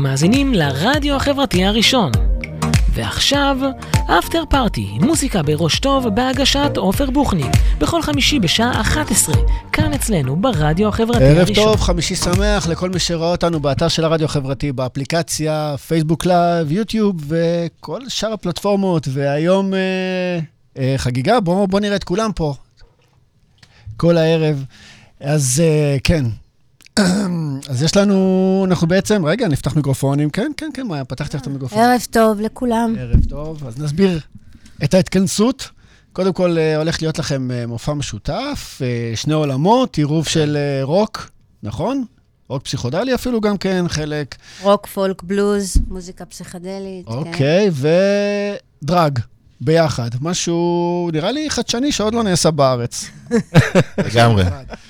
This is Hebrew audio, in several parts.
אתם מאזינים לרדיו החברתי הראשון. ועכשיו, אפטר פארטי, מוזיקה בראש טוב בהגשת עופר בוכניק, בכל חמישי בשעה 11, כאן אצלנו ברדיו החברתי הראשון. ערב טוב, חמישי שמח לכל מי שראה אותנו באתר של הרדיו החברתי, באפליקציה, פייסבוק לייב, יוטיוב וכל שאר הפלטפורמות, והיום חגיגה, בוא נראה את כולם פה, כל הערב. אז כן, אז יש לנו, אנחנו בעצם, רגע, נפתח מיקרופונים, כן, מאיה, פתחתי את המיקרופון. ערב טוב לכולם. ערב טוב, אז נסביר את ההתכנסות. קודם כל, הולך להיות לכם מופע משותף, שני עולמות, עירוב של רוק, נכון? רוק פסיכודלי אפילו גם כן, חלק. רוק, פולק, בלוז, מוזיקה פסיכדלית. אוקיי, ודרג, ביחד. משהו, נראה לי חדשני שעוד לא נעשה בארץ. לגמרי.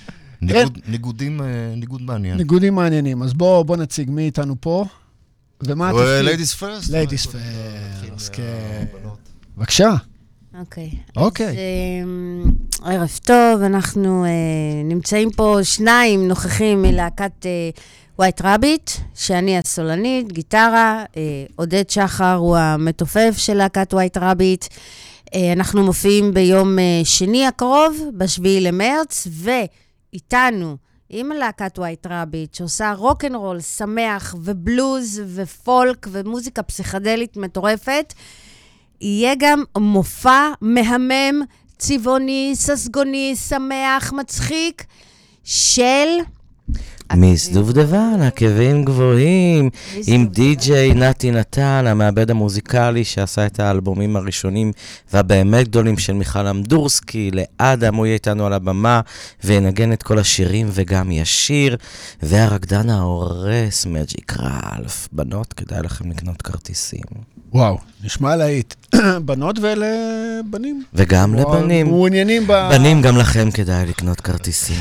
ניגוד מעניין. ניגודים מעניינים. אז בוא נציג מי איתנו פה. ומה התפקיד? Ladies first. Ladies first, כן. בבקשה. אוקיי. אז ערב טוב, אנחנו נמצאים פה שניים נוכחים מלהקת ווייט רביט, שאני הסולנית, גיטרה, עודד שחר הוא המתופף של להקת ווייט רביט. אנחנו מופיעים ביום שני הקרוב, בשביעי למרץ, ואיתנו, עם להקת ווייט רביט, שעושה רוק'נ'רול שמח ובלוז ופולק ומוזיקה פסיכדלית מטורפת, יהיה גם מופע מהמם, צבעוני, ססגוני, שמח, מצחיק, של מיס דובדבן, עקבים גבוהים, עם די-ג'יי נתי נתן, המעבד המוזיקלי שעשה את האלבומים הראשונים והבאמת גדולים של מיכל אמדורסקי, לאדם הוא יהיה איתנו על הבמה וינגן את כל השירים וגם ישיר, והרקדן ההורס מג'יק רלף. בנות, כדאי לכם לקנות כרטיסים. וואו, נשמע להיט. בנות ולבנים. וגם לבנים. מעוניינים בנים גם לכם כדאי לקנות כרטיסים.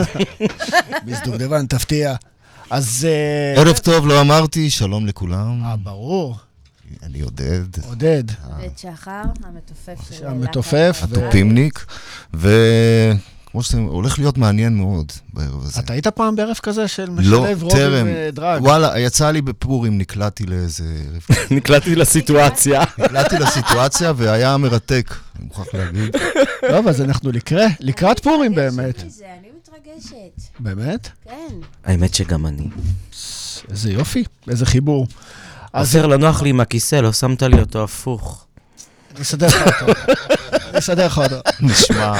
דובדבן, תפתיע. אז ערב טוב, לא אמרתי, שלום לכולם. ברור. אני עודד. עודד. עודד שחר, המתופף של המתופף. הטופימניק. כמו שאתם, הולך להיות מעניין מאוד בערב הזה. אתה היית פעם בערב כזה של משלב רוק ודרג? וואלה, יצא לי בפורים, נקלעתי לאיזה ערב. נקלעתי לסיטואציה. נקלעתי לסיטואציה והיה מרתק, אני מוכרח להגיד. טוב, אז אנחנו לקראת פורים באמת. אני מתרגשת. באמת? כן. האמת שגם אני. איזה יופי, איזה חיבור. עופר, לא נוח לי עם הכיסא, לא שמת לי אותו הפוך. אני אסדר לך אותו. נשמע.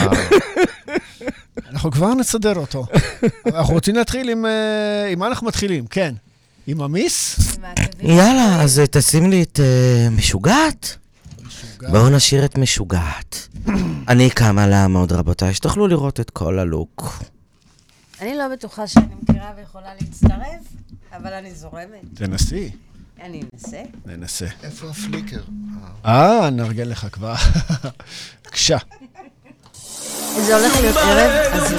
אנחנו כבר נסדר אותו. אנחנו רוצים להתחיל עם מה אנחנו מתחילים? כן. עם המיס? יאללה, אז תשים לי את משוגעת. בואו נשאיר את משוגעת. אני קמה לעמוד, רבותיי, שתוכלו לראות את כל הלוק. אני לא בטוחה שאני מכירה ויכולה להצטרף, אבל אני זורמת. תנסי. אני ננסה. איפה הפליקר? נארגן לך כבר. בבקשה. זה הולך להיות ערב, אז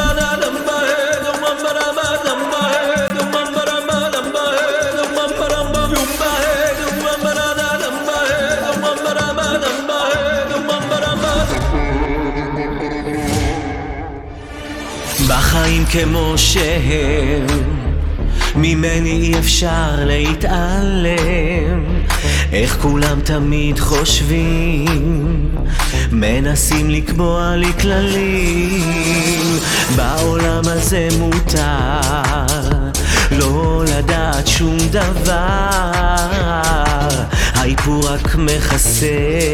בחיים כמו שהם, ממני אי אפשר להתעלם, איך כולם תמיד חושבים, מנסים לקבוע לי כללים, בעולם הזה מותר לא לדעת שום דבר, האיפור רק מכסה,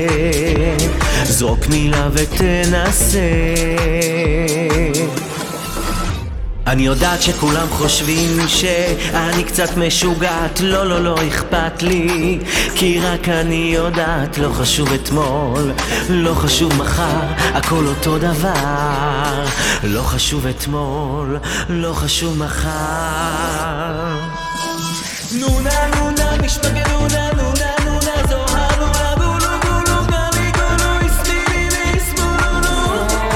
זרוק מילה ותנסה. אני יודעת שכולם חושבים שאני קצת משוגעת, לא אכפת לי, כי רק אני יודעת, לא חשוב אתמול, לא חשוב מחר, הכל אותו דבר, לא חשוב אתמול, לא חשוב מחר. נונה נונה משפגה נונה נונה נונה זוהר נונה גולו גולו גלי גולו הסמיני ויסמונו.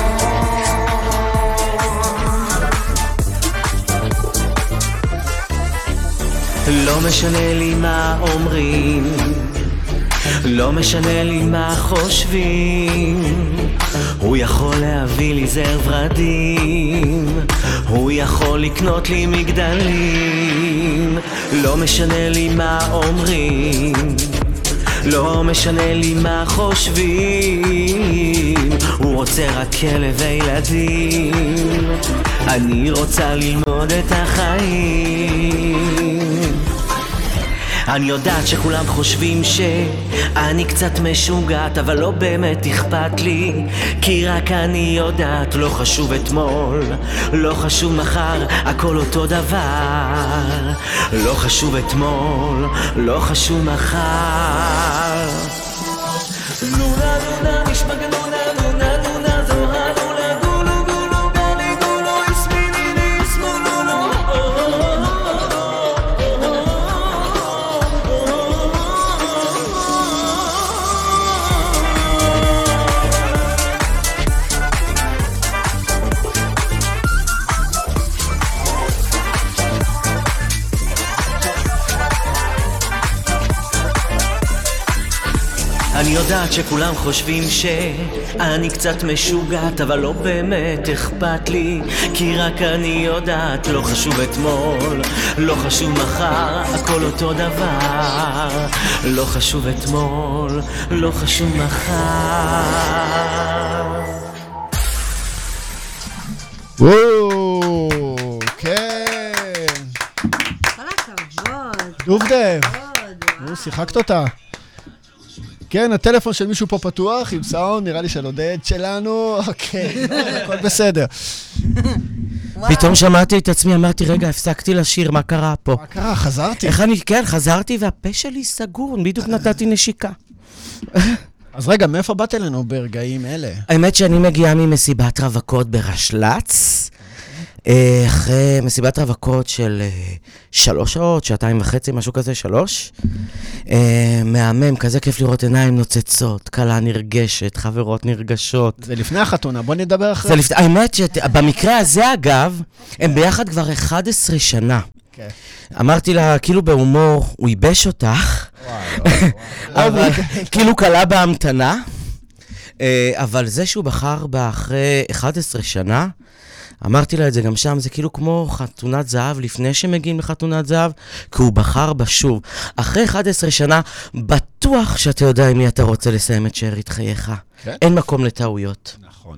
לא משנה לי מה אומרים, לא משנה לי מה חושבים, הוא יכול להביא לי זר ורדים, הוא יכול לקנות לי מגדלים, לא משנה לי מה אומרים, לא משנה לי מה חושבים, הוא רוצה רק כלב וילדים, אני רוצה ללמוד את החיים. אני יודעת שכולם חושבים שאני קצת משוגעת, אבל לא באמת אכפת לי, כי רק אני יודעת, לא חשוב אתמול, לא חשוב מחר, הכל אותו דבר, לא חשוב אתמול, לא חשוב מחר. לונה לונה נשמע גנונה לונה לונה זוהה לולה גולו גולו גלי גולו הסמיני לי סמולולו. אני יודעת שכולם חושבים שאני קצת משוגעת, אבל לא באמת אכפת לי, כי רק אני יודעת, לא חשוב אתמול, לא חשוב מחר, הכל אותו דבר, לא חשוב אתמול, לא חשוב מחר. וואו, כן. כל הכבוד. דובדב, וואו. שיחקת אותה. כן, הטלפון של מישהו פה פתוח עם סאונד, נראה לי של עודד שלנו, אוקיי, הכל בסדר. פתאום שמעתי את עצמי, אמרתי, רגע, הפסקתי לשיר, מה קרה פה? מה קרה? חזרתי. איך אני, כן, חזרתי והפה שלי סגור, בדיוק נתתי נשיקה. אז רגע, מאיפה באת אלינו ברגעים אלה? האמת שאני מגיעה ממסיבת רווקות ברשל"צ, אחרי מסיבת רווקות של 3 שעות, 2.5, משהו כזה, 3. מהמם, כזה כיף לראות עיניים נוצצות, קלה נרגשת, חברות נרגשות. זה לפני החתונה, בוא נדבר אחרי. האמת שבמקרה הזה, אגב, הם ביחד כבר 11 שנה. כן. אמרתי לה, כאילו בהומור, הוא ייבש אותך, אבל כאילו קלה בהמתנה, אבל זה שהוא בחר בה אחרי 11 שנה, אמרתי לה את זה גם שם, זה כאילו כמו חתונת זהב, לפני שמגיעים לחתונת זהב, כי הוא בחר בה שוב. אחרי 11 שנה, בטוח שאתה יודע עם מי אתה רוצה לסיים את שארית חייך. כן. אין מקום לטעויות. נכון.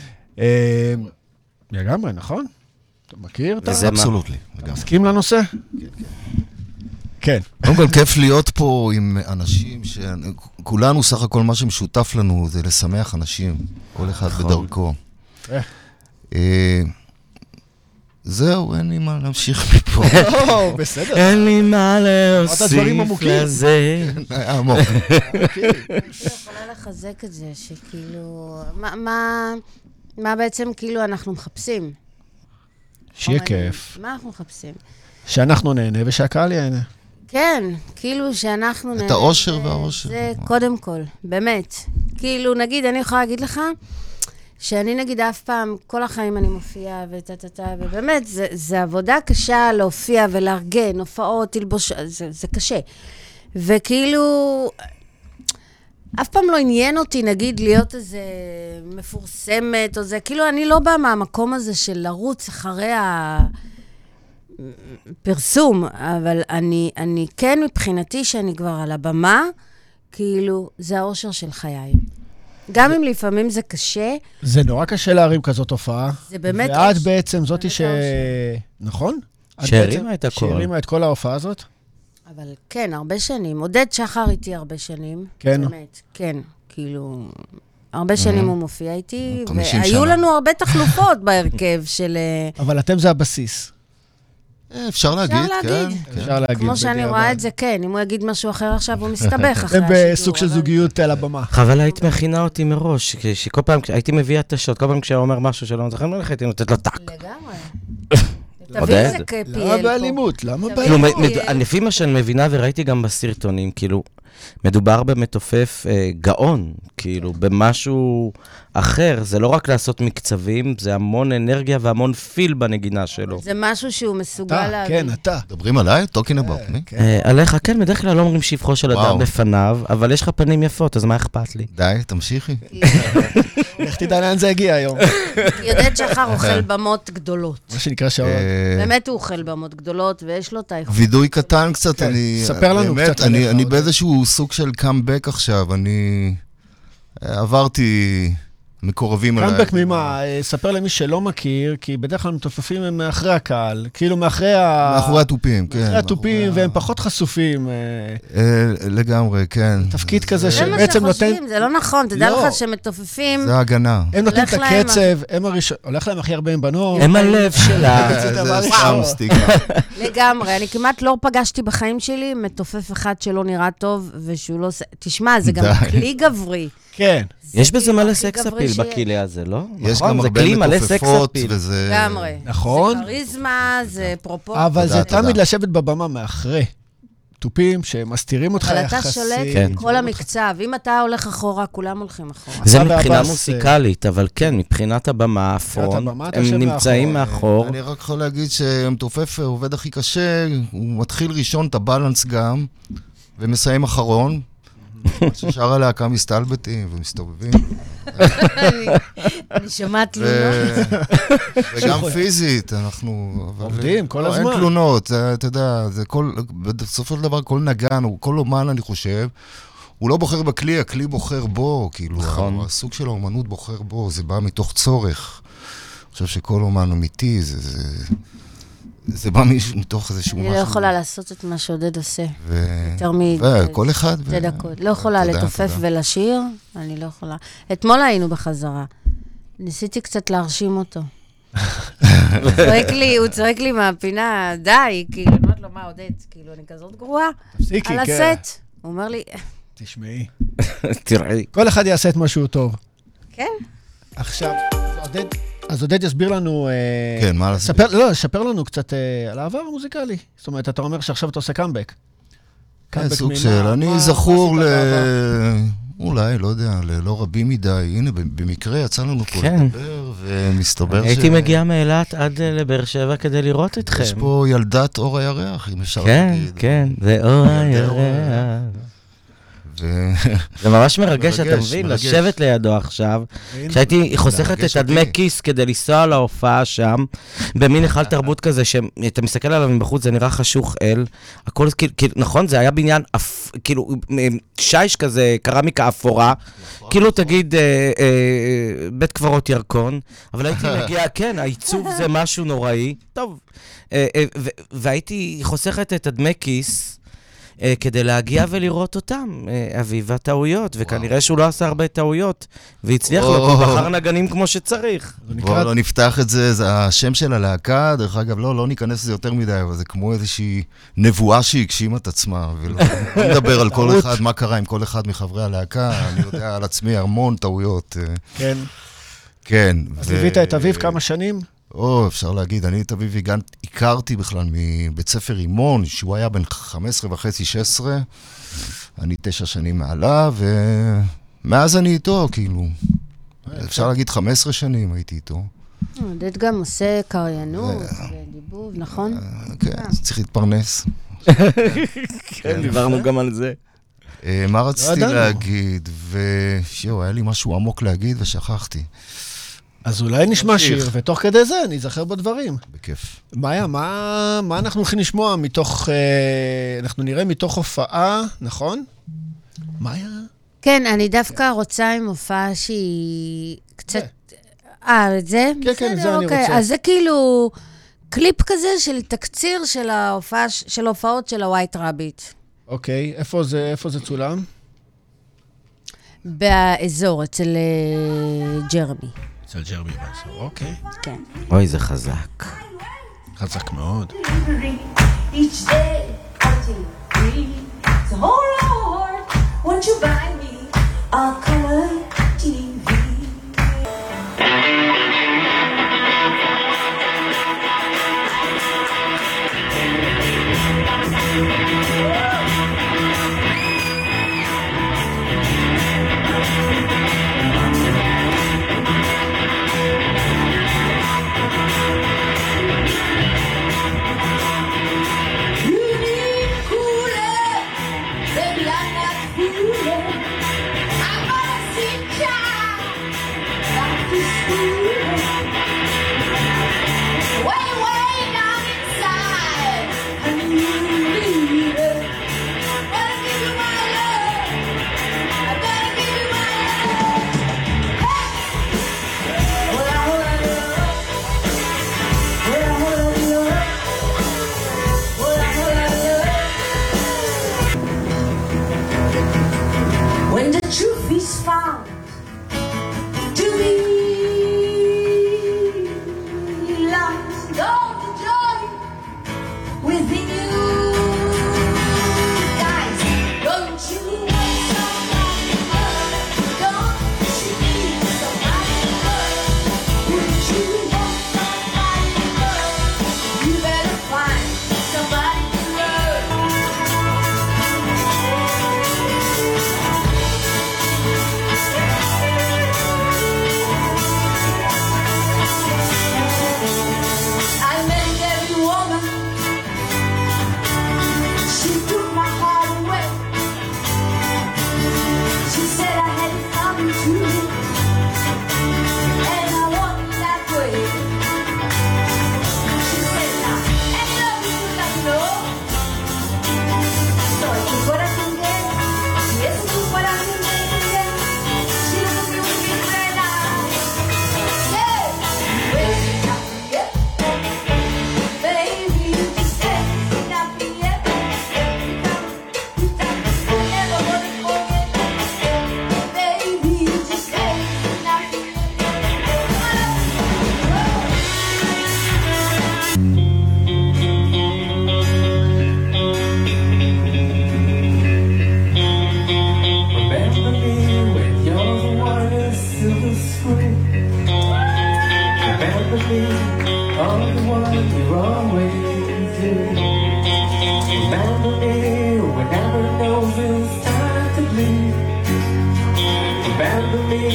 לגמרי, נכון? אתה מכיר? וזה מה? אבסולוטלי. אתה מסכים לנושא? כן. קודם כל, כיף להיות פה עם אנשים שכולנו, סך הכל מה שמשותף לנו זה לשמח אנשים, כל אחד בדרכו. זהו, אין לי מה להמשיך מפה. בסדר. אין לי מה דברים להוסיף עמוקים. לזה. עמוק. אני יכולה לחזק את זה, שכאילו, מה בעצם כאילו אנחנו מחפשים? שיהיה כיף. מה אנחנו מחפשים? שאנחנו נהנה ושהקהל יהנה. כן, כאילו שאנחנו נהנה. את האושר והאושר. זה קודם כל, באמת. כאילו, נגיד, אני יכולה להגיד לך, שאני נגיד אף פעם, כל החיים אני מופיעה ובאמת, זה עבודה קשה להופיע ולארגן, הופעות, תלבוש, זה קשה. וכאילו, אף פעם לא עניין אותי, נגיד, להיות איזה מפורסמת או זה, כאילו, אני לא באה מהמקום הזה של לרוץ אחרי הפרסום, אבל אני כן מבחינתי שאני כבר על הבמה, כאילו, זה האושר של חיי. גם אם לפעמים זה קשה. זה נורא קשה להרים כזאת הופעה. זה באמת ואת בעצם זאתי נכון? שהרימה את הכל. שהרימה את כל ההופעה הזאת? אבל כן, הרבה שנים. עודד שחר איתי הרבה שנים. כן. באמת, כן. כאילו, הרבה שנים הוא מופיע איתי, 50 והיו שנה. לנו הרבה תחלופות בהרכב של... אבל אתם זה הבסיס. אפשר להגיד, כן. אפשר להגיד. כמו שאני בדיעבד. רואה את זה, כן. אם הוא יגיד משהו אחר עכשיו, הוא מסתבך אחרי אתם השידור. בסוג של אבל- זוגיות על הבמה. חבל היית מכינה אותי מראש, שכל פעם הייתי מביאה את השוט, כל פעם כשהוא אומר משהו שלא מוצא חן בעיניך, הייתי נותנת לו טאק. לגמרי. תביא עודד? איזה למה PL פה. באלימות? למה כאילו, באלימות? לפי מה שאני מבינה וראיתי גם בסרטונים, כאילו, מדובר במתופף גאון, כאילו, במשהו אחר, זה לא רק לעשות מקצבים, זה המון אנרגיה והמון פיל בנגינה שלו. זה משהו שהוא מסוגל אתה, להביא. כן, אתה. מדברים עליי? talking about me? עליך, כן, בדרך כלל לא אומרים שבחו של אדם וואו. בפניו, אבל יש לך פנים יפות, אז מה אכפת לי? די, תמשיכי. איך תדע לאן זה הגיע היום? יודעת שחר אוכל במות גדולות. מה שנקרא שעון. באמת הוא אוכל במות גדולות, ויש לו את האיכות. וידוי קטן קצת, כן, אני... ספר לנו באמת, קצת עליך, אני עוד. באיזשהו סוג של קאמבק עכשיו, אני עברתי מקורבים עליי. קאמבק ממה? ספר למי שלא מכיר, כי בדרך כלל מתופפים הם מאחרי הקהל, כאילו מאחורי התופים, כן. מאחורי התופים, והם פחות חשופים. לגמרי, כן. תפקיד כזה זה מה שבעצם נותן... שחושבים, זה לא נכון. תדע לא. לך שמתופפים, זה ההגנה. הם נותנים הולך את להם הקצב, הם הראשון, הולך להם הכי הרבה עם בנות. הם הלב שלה. זה דבר זה ראשון. סתם סטיגמה. לגמרי. אני כמעט לא פגשתי בחיים שלי מתופף אחד שלא נראה טוב, ושהוא לא... תשמע, זה גם די. כלי גברי. כן. יש בזה כאילו מלא הכי סקס גברי אפיל שיש. בכלי הזה, לא? יש נכון? גם זה הרבה כלי מלא סקס מתופפות, אפיל. וזה... לגמרי. נכון. זה כריזמה, זה פרופורציה. אבל זה תודה. תמיד לשבת בבמה מאחרי. תופים שמסתירים אותך אבל יחסית. אתה שולט כן. כל המקצב. אם אתה הולך אחורה, כולם הולכים אחורה. זה אתה מבחינה והבאס, מוסיקלית, אבל כן, מבחינת הבמה, הפרונט, הבמה, אתה הם יושב נמצאים מאחור. אני רק יכול להגיד שמתופף עובד הכי קשה, הוא מתחיל ראשון את הבלנס גם, ומסיים אחרון. ששאר הלהקה מסתלבטים ומסתובבים. אני שומעת תלונות. וגם פיזית, אנחנו... עובדים כל הזמן. אין תלונות, אתה יודע, בסופו של דבר כל נגן, או כל אומן, אני חושב, הוא לא בוחר בכלי, הכלי בוחר בו, כאילו, הסוג של האומנות בוחר בו, זה בא מתוך צורך. אני חושב שכל אומן אמיתי, זה בא מתוך איזשהו משהו. אני לא יכולה לעשות את מה שעודד עושה. יותר כל אחד. שתי דקות. לא יכולה לתופף ולשיר, אני לא יכולה. אתמול היינו בחזרה. ניסיתי קצת להרשים אותו. הוא צועק לי מהפינה, די, כאילו, אני אומרת לו, מה עודד? כאילו, אני כזאת גרועה. תפסיקי, על כן. הסט. הוא אומר לי, תשמעי. תראי. כל אחד יעשה את משהו טוב. כן. עכשיו, אז עודד יסביר לנו... כן, מה להסביר? ספר לנו קצת על העבר המוזיקלי. זאת אומרת, אתה אומר שעכשיו אתה עושה קאמבק. כן, סוג של, אני זכור אולי, לא יודע, לא רבים מדי. הנה, במקרה יצא לנו פה לדבר, ומסתבר הייתי מגיע מאילת עד לבאר שבע כדי לראות אתכם. יש פה ילדת אור הירח, אם אפשר כן, להגיד. כן, זה אור הירח. זה ממש מרגש, אתה מבין? לשבת לידו עכשיו. כשהייתי חוסכת את הדמי כיס כדי לנסוע להופעה שם, במין היכל תרבות כזה, שאתה מסתכל עליו מבחוץ, זה נראה חשוך אל. הכל, נכון, זה היה בניין, כאילו, שיש כזה, קרמיקה אפורה, כאילו תגיד בית קברות ירקון, אבל הייתי מגיע, כן, העיצוב זה משהו נוראי. טוב, והייתי חוסכת את הדמי כיס, כדי להגיע ולראות אותם, אביב הטעויות, וכנראה שהוא לא עשה הרבה טעויות, והצליח לו, הוא בחר נגנים כמו שצריך. בואו לא נפתח את זה, זה השם של הלהקה, דרך אגב, לא ניכנס לזה יותר מדי, אבל זה כמו איזושהי נבואה שהגשימה את עצמה, ולא נדבר על כל אחד, מה קרה עם כל אחד מחברי הלהקה, אני יודע על עצמי המון טעויות. כן. כן. אז ליווית את אביב כמה שנים? אפשר להגיד, אני את אביב הכרתי בכלל מבית ספר אימון, שהוא היה בן 15.5-16, אני 9 שנים מעלה, ומאז אני איתו, כאילו, אפשר להגיד 15 שנים הייתי איתו. עודד גם עושה קריינות ודיבוב, נכון? כן, צריך להתפרנס. כן, דיברנו גם על זה. מה רציתי להגיד, היה לי משהו עמוק להגיד ושכחתי. אז אולי נשמע שיר, ותוך כדי זה ניזכר בדברים. בכיף. מאיה, מה אנחנו הולכים לשמוע מתוך, אנחנו נראה מתוך הופעה, נכון? מאיה? כן, אני דווקא רוצה עם הופעה שהיא קצת... את זה? כן, זה אני רוצה. אז זה כאילו קליפ כזה של תקציר של ההופעות של הווייט רביט. אוקיי, איפה זה צולם? באזור, אצל ג'רמי. אצל ג'רמי באזור, אוקיי. כן. אוי, זה חזק. חזק מאוד. Each day fighting free. So oh Lord, won't you buy me a color TV? Remember me whenever it knows it's time to bleed. Remember me,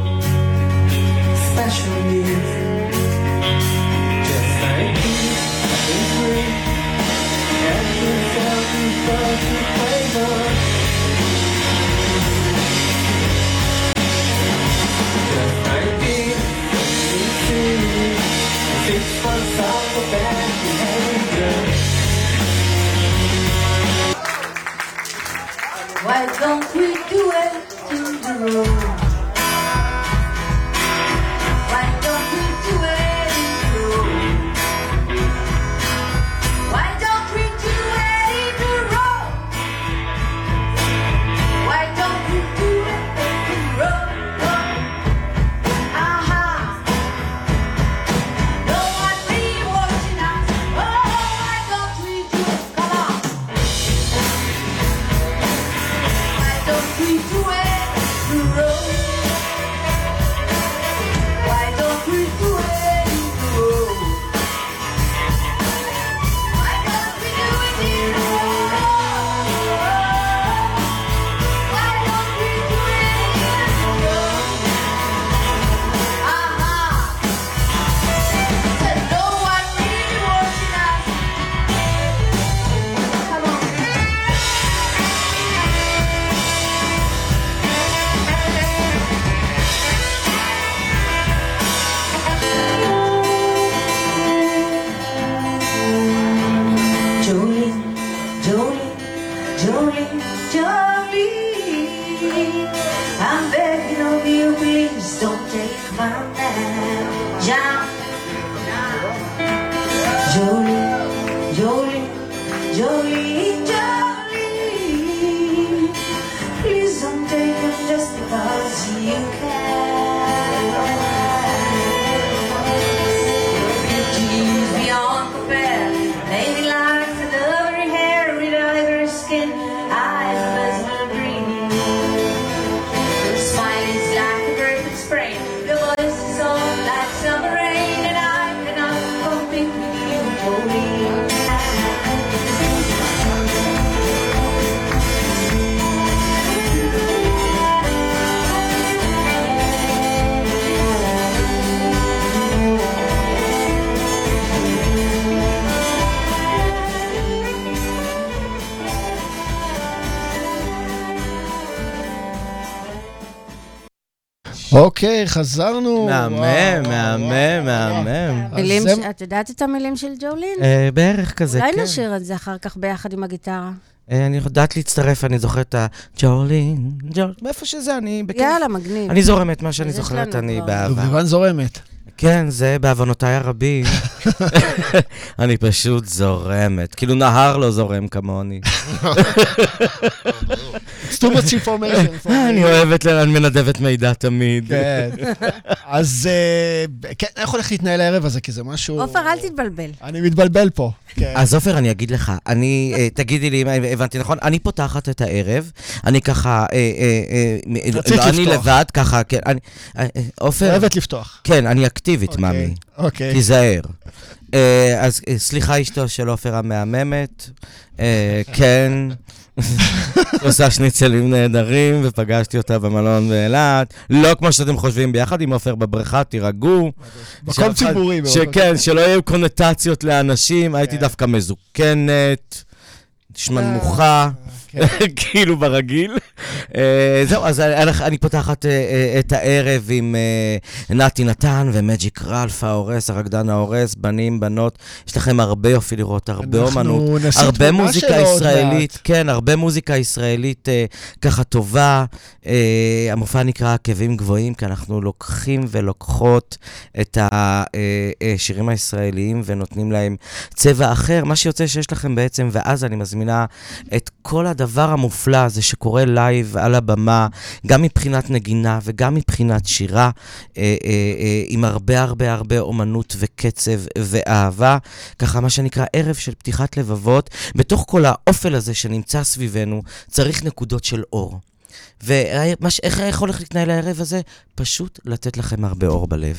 special needs. Just like you, nothing free. And yourself is but a flavor. Just like me, you see. 6 months of the bad behavior. Why don't we do it in the road? Why don't we do it in the road? Why don't we do it in the road? Why don't we do it in the road? Aha! No one really watching us. Oh, why don't we do it? Come on! Why don't we do it in the road? Why don't we do it in the road? Why don't we do it in the road? Why don't we do it in the road? Aha! Said no one really watching us. Come on. Jolene, Jolene, Jolene, Jolene, I'm begging of you, please don't take my man. Jolene, Jolene, Jolene, Jolene, please don't take him just because you can. Beauty's beyond compare. Lady likes a lovely hair with ivory skin, eyes pleasant green. Your smile is like a perfect spring. Your voice is soft like summer rain, and I cannot compete with you, Jolene. אוקיי, חזרנו. מהמם, מהמם, מהמם. מילים, זה- את יודעת את המילים של ג'ולין? בערך כזה, אולי כן. נשאיר את זה אחר כך ביחד עם הגיטרה. אני יודעת להצטרף, אני זוכרת את הג'ולין, מאיפה שזה, אני בכיף. יאללה, מגניב. אני זורמת מה שאני יש זוכרת, לנו אני כבר. באהבה. דובדבן זורמת. כן, זה בעוונותיי הרבים. אני פשוט זורמת. כאילו נהר לא זורם כמוני. It's too much information. for me. אני אוהבת, אני מנדבת מידע תמיד. כן. אז כן, איך הולך להתנהל הערב הזה? כי זה משהו... עופר, אל תתבלבל. אני מתבלבל פה. כן. אז עופר, אני אגיד לך, תגידי לי אם הבנתי נכון, אני פותחת את הערב, אני ככה, רצית אני לפתוח. לבד, ככה, כן, עופר, אוהבת לפתוח. כן, אני אקטיבית, אוקיי, מאמי, אוקיי. תיזהר. אז סליחה אשתו של עופר המהממת, כן, עושה שניצלים נהדרים, ופגשתי אותה במלון באילת, לא כמו שאתם חושבים, ביחד עם עופר בבריכה, תירגעו. מקום ציבורי. שכן, שלא יהיו קונוטציות לאנשים, הייתי דווקא מזוקנת, נשמע נמוכה, כאילו ברגיל. זהו, אז אני פותחת את הערב עם נתי נתן ומג'יק רלף ההורס, הרקדן ההורס, בנים, בנות. יש לכם הרבה יופי לראות, הרבה אומנות, הרבה מוזיקה ישראלית, כן, הרבה מוזיקה ישראלית ככה טובה. המופע נקרא עקבים גבוהים, כי אנחנו לוקחים ולוקחות את השירים הישראליים ונותנים להם צבע אחר. מה שיוצא שיש לכם בעצם, ואז אני מזמינה את כל הדבר המופלא הזה שקורה לייב על הבמה, גם מבחינת נגינה וגם מבחינת שירה, עם הרבה הרבה הרבה אומנות וקצב ואהבה, ככה מה שנקרא ערב של פתיחת לבבות. בתוך כל האופל הזה שנמצא סביבנו, צריך נקודות של אור. ואיך הולך להתנהל הערב הזה? פשוט לתת לכם הרבה אור בלב.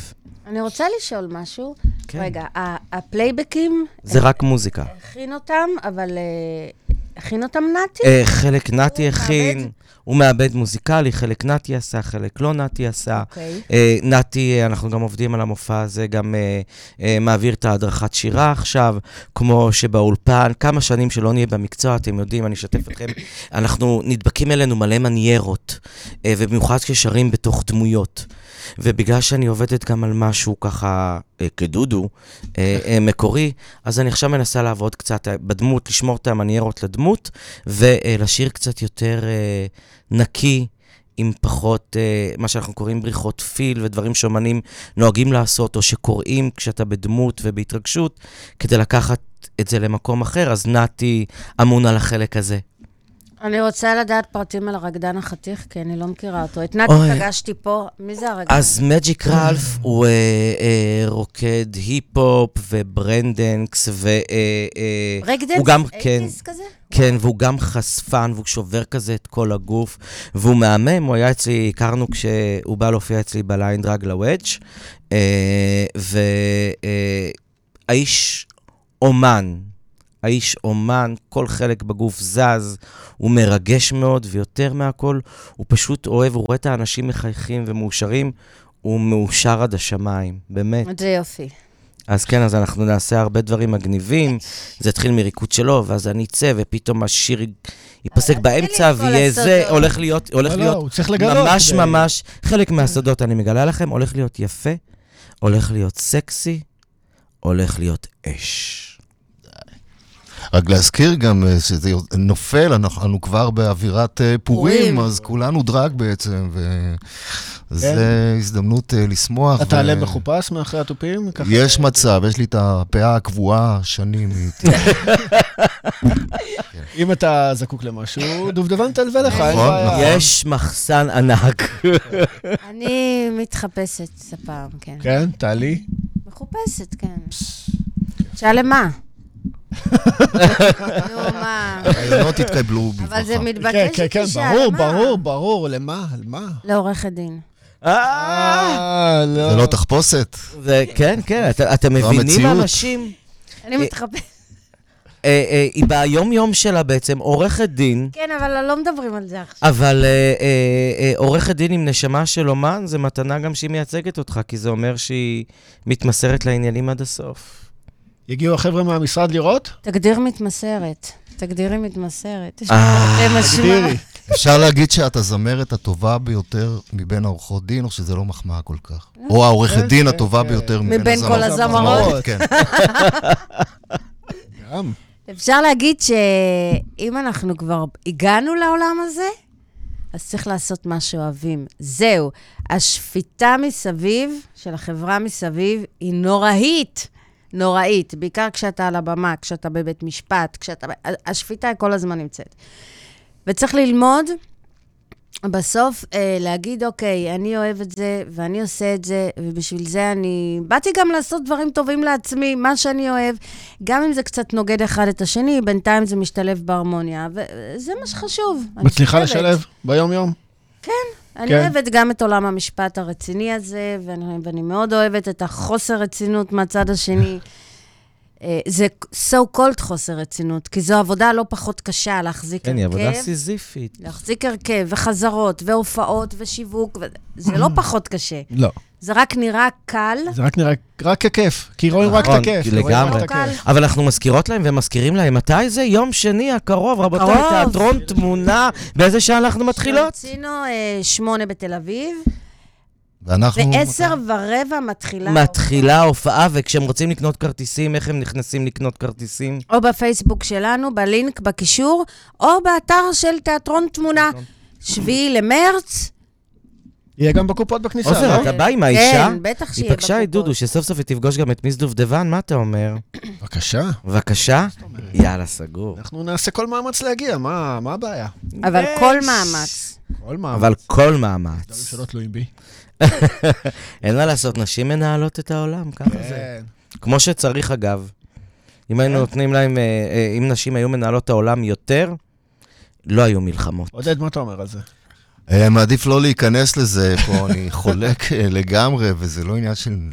אני רוצה לשאול משהו. כן. רגע, הפלייבקים, זה רק מוזיקה. הכין אותם, אבל הכין אותם נתי? חלק נתי הוא הכין, מעבד? הוא מעבד מוזיקלי, חלק נתי עשה, חלק לא נתי עשה. אוקיי. נתי, אנחנו גם עובדים על המופע הזה, גם מעביר את ההדרכת שירה עכשיו, כמו שבאולפן, כמה שנים שלא נהיה במקצוע, אתם יודעים, אני אשתף אתכם, אנחנו נדבקים אלינו מלא מניירות, ובמיוחד כששרים בתוך דמויות. ובגלל שאני עובדת גם על משהו ככה כדודו, מקורי, אז אני עכשיו מנסה לעבוד קצת בדמות, לשמור את המניירות לדמות, ולשיר קצת יותר נקי, עם פחות, מה שאנחנו קוראים בריחות פיל, ודברים שאומנים נוהגים לעשות, או שקוראים כשאתה בדמות ובהתרגשות, כדי לקחת את זה למקום אחר, אז נתי אמון על החלק הזה. אני רוצה לדעת פרטים על הרקדן החתיך, כי אני לא מכירה אותו. את נתי פגשתי פה, מי זה הרקדן? אז מג'יק רלף הוא רוקד היפ-הופ וברנדנקס, רקדנס? גם, אייטיז כזה? כן, והוא גם חשפן, והוא שובר כזה את כל הגוף, והוא מהמם, הוא היה אצלי, הכרנו כשהוא בא להופיע אצלי בליין דרג לוודג', והאיש אומן, כל חלק בגוף זז, הוא מרגש מאוד, ויותר מהכל, הוא פשוט אוהב, הוא רואה את האנשים מחייכים ומאושרים, הוא מאושר עד השמיים, באמת. זה יופי. אז כן, אז אנחנו נעשה הרבה דברים מגניבים, זה התחיל מריקוד שלו, ואז אני אצא, ופתאום השיר ייפסק באמצע, ויהיה זה, הולך להיות הוא צריך לגלות. ממש, חלק מהסודות אני מגלה לכם, הולך להיות יפה, הולך להיות סקסי, הולך להיות אש. רק להזכיר גם שזה נופל, אנחנו כבר באווירת פורים, אז כולנו דרג בעצם, וזו הזדמנות לשמוח. אתה תעלה בחופש מאחרי התופים? יש מצב, יש לי את הפאה הקבועה שנים. אם אתה זקוק למשהו, דובדבן תלווה לך, אין נכון, בעיה. נכון. יש מחסן ענק. אני מתחפשת הפעם, כן. כן, תעלי. מחופשת, כן. שאלה מה? נו, מה? הרעיונות התקבלו בברכה. אבל זה כן, מתבקש כן, כן, ברור, למה? על מה? לעורכת דין. לא. זה לא תחפושת. כן, אתם מבינים המציאות. אנשים? אני מתחפשת. היא ביום-יום שלה בעצם, עורכת דין, כן, אבל לא מדברים על זה עכשיו. אבל עורכת דין עם נשמה של אומן, זה מתנה גם שהיא מייצגת אותך, כי זה אומר שהיא מתמסרת לעניינים עד הסוף. יגיעו החבר'ה מהמשרד לראות? תגדירי מתמסרת. תגדירי. אפשר להגיד שאת הזמרת הטובה ביותר מבין העורכות דין, או שזה לא מחמאה כל כך? או העורכת דין הטובה ביותר מבין כל הזמרות. כן. גם. אפשר להגיד שאם אנחנו כבר הגענו לעולם הזה, אז צריך לעשות מה שאוהבים. זהו. השפיטה מסביב, של החברה מסביב, היא נוראית. בעיקר כשאתה על הבמה, כשאתה בבית משפט, השפיטה היא כל הזמן נמצאת. וצריך ללמוד, בסוף להגיד, אוקיי, אני אוהב את זה, ואני עושה את זה, ובשביל זה אני באתי גם לעשות דברים טובים לעצמי, מה שאני אוהב, גם אם זה קצת נוגד אחד את השני, בינתיים זה משתלב בהרמוניה, וזה מה שחשוב. מצליחה לשלב ביום-יום? כן, אני אוהבת גם את עולם המשפט הרציני הזה, ואני מאוד אוהבת את החוסר רצינות מהצד השני. זה so called חוסר רצינות, כי זו עבודה לא פחות קשה להחזיק הרכב. כן, היא עבודה סיזיפית. להחזיק הרכב וחזרות והופעות ושיווק, זה לא פחות קשה. לא. זה רק נראה קל. זה רק נראה, רק ככיף, כי רואים רק את הכיף. לגמרי. אבל אנחנו מזכירות להם ומזכירים להם, מתי זה? יום שני הקרוב, רבותיי, תיאטרון תמונה, באיזה שעה אנחנו מתחילות? רצינו 8 בתל אביב, ואנחנו... ו10:15 מתחילה ההופעה, וכשהם רוצים לקנות כרטיסים, איך הם נכנסים לקנות כרטיסים? או בפייסבוק שלנו, בלינק, בקישור, או באתר של תיאטרון תמונה. 7 למרץ. יהיה גם בקופות בכניסה, עוזר, לא? אתה בא עם האישה? כן, בטח שיהיה היא פגשה את בקופות. דודו, שסוף סוף היא תפגוש גם את מיס דובדבן, מה אתה אומר? בבקשה. בבקשה? יאללה, סגור. אנחנו נעשה כל מאמץ להגיע, מה הבעיה? אבל כל מאמץ. כל מאמץ. אבל כל מאמץ. דברים שלא תלויים בי. אין מה לעשות, נשים מנהלות את העולם, ככה זה. כן. כמו שצריך אגב. אם היינו נותנים להם, אם נשים היו מנהלות את העולם יותר, לא היו מלחמות. עודד, מה אתה אומר על זה? מעדיף לא להיכנס לזה, פה אני חולק לגמרי, וזה לא עניין של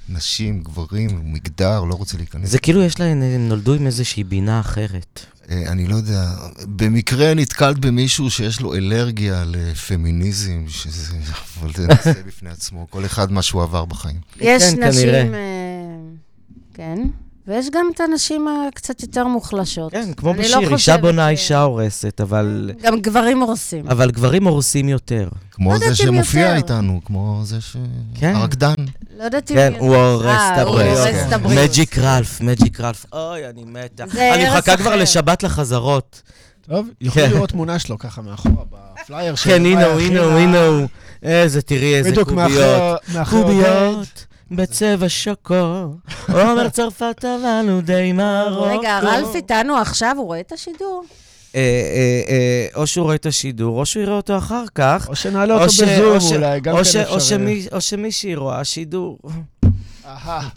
נשים, גברים, מגדר, לא רוצה להיכנס. זה כאילו יש להם, הם נולדו עם איזושהי בינה אחרת. אני לא יודע, במקרה נתקלת במישהו שיש לו אלרגיה לפמיניזם, אבל זה נושא בפני עצמו, כל אחד מה שהוא עבר בחיים. יש כן, נשים, כנראה. כן, ויש גם את הנשים הקצת יותר מוחלשות. כן, כמו אני לא בשיר, אישה חושבת בונה, ש- אישה הורסת, אבל... גם גברים הורסים. אבל גברים הורסים יותר. כמו יודעת זה אם שמופיע יותר. איתנו, כמו זה כן. הרקדן. לא יודעת אם... כן, הוא הורס את הוא הורס הבריאות. את הבריאות. מג'יק רלף, מג'יק רלף. אוי, אני מתה. זה אני הרס מחכה כבר אחר. לשבת לחזרות. טוב, יכולים כן. לראות תמונה שלו ככה מאחורה, בפלייר של... כן, מאיה הנה הכינה. הוא. איזה, תראי איזה בדיוק קוביות. מאחורי עודד. קוביות בצבע שוקו. עומר צרפת אבל הוא די מרוקו. רגע, רלף איתנו עכשיו, הוא רואה את השידור? או שהוא רואה את השידור, או שהוא יראה אותו אחר כך. או שנעלה אותו בזום אולי, גם כן אפשר... או שמישהי רואה שידור. אהה.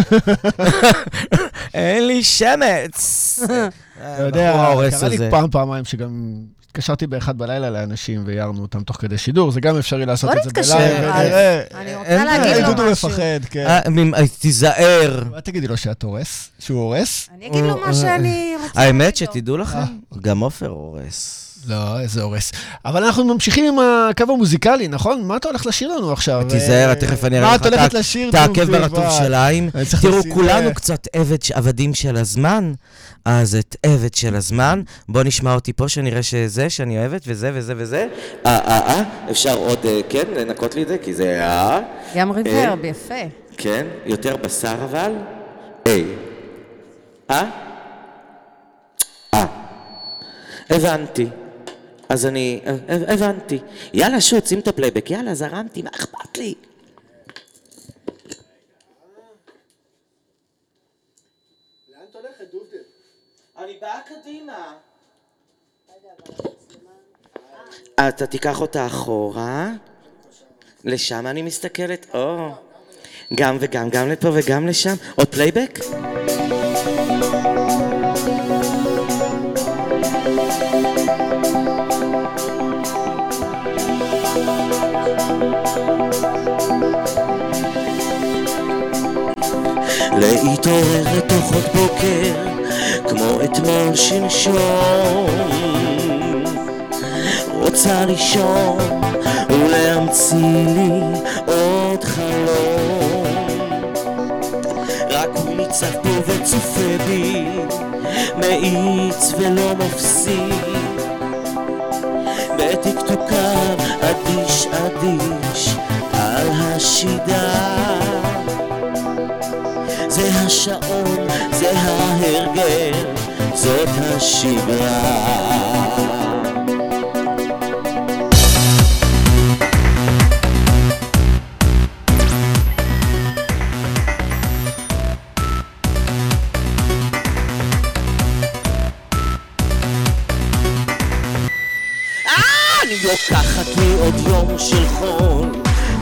אין לי שמץ. אתה יודע, ההורס קרה לי הזה. פעמיים שגם התקשרתי באחד בלילה לאנשים והערנו אותם תוך כדי שידור, זה גם אפשרי לעשות בוא את זה נתקשר, בלייב, רלף. ונראה. אני רוצה אין להגיד בעיה. לו דודו משהו. מפחד, כן. תיזהר. מה תגידי לו שאת הורס? שהוא הורס? אני אגיד לו מה שאני רוצה האמת להגיד לו. שתדעו לכם, גם עופר הורס. לא, איזה הורס. אבל אנחנו ממשיכים עם הקו המוזיקלי, נכון? מה אתה הולך לשיר לנו עכשיו? תיזהר, תכף אני מה אראה את הולכת לך, לשיר? תעקב דובדבן? ברטוב שלהם. אני צריך תראו, לשים כולנו לב. קצת עבדים של הזמן, אז את עבד של הזמן. בוא נשמע אותי פה, שנראה שזה, שאני אוהבת, וזה וזה וזה. אפשר עוד, כן, לנקות לי את זה, כי זה גם ריברב, יפה. כן, יותר בשר אבל. הבנתי. אז אני, הבנתי. יאללה, שוט, שים את הפלייבק. יאללה, זרמתי, מה אכפת לי? לאן את הולכת, דובדב? אני באה קדימה. אתה תיקח אותה אחורה. לשם אני מסתכלת. גם וגם, גם לפה וגם לשם. עוד פלייבק? להתעורר לתוך עוד בוקר כמו אתמול שלשום, רוצה לישון ולהמציא לי עוד חלום, רק הוא ניצב פה וצופה בי, מאיץ ולא מפסיק, בטיקטוקיו אדיש אדיש על השידה. זה השעון, זה ההרגל, זאת השגרה. אני לוקחת לי עוד יום של חול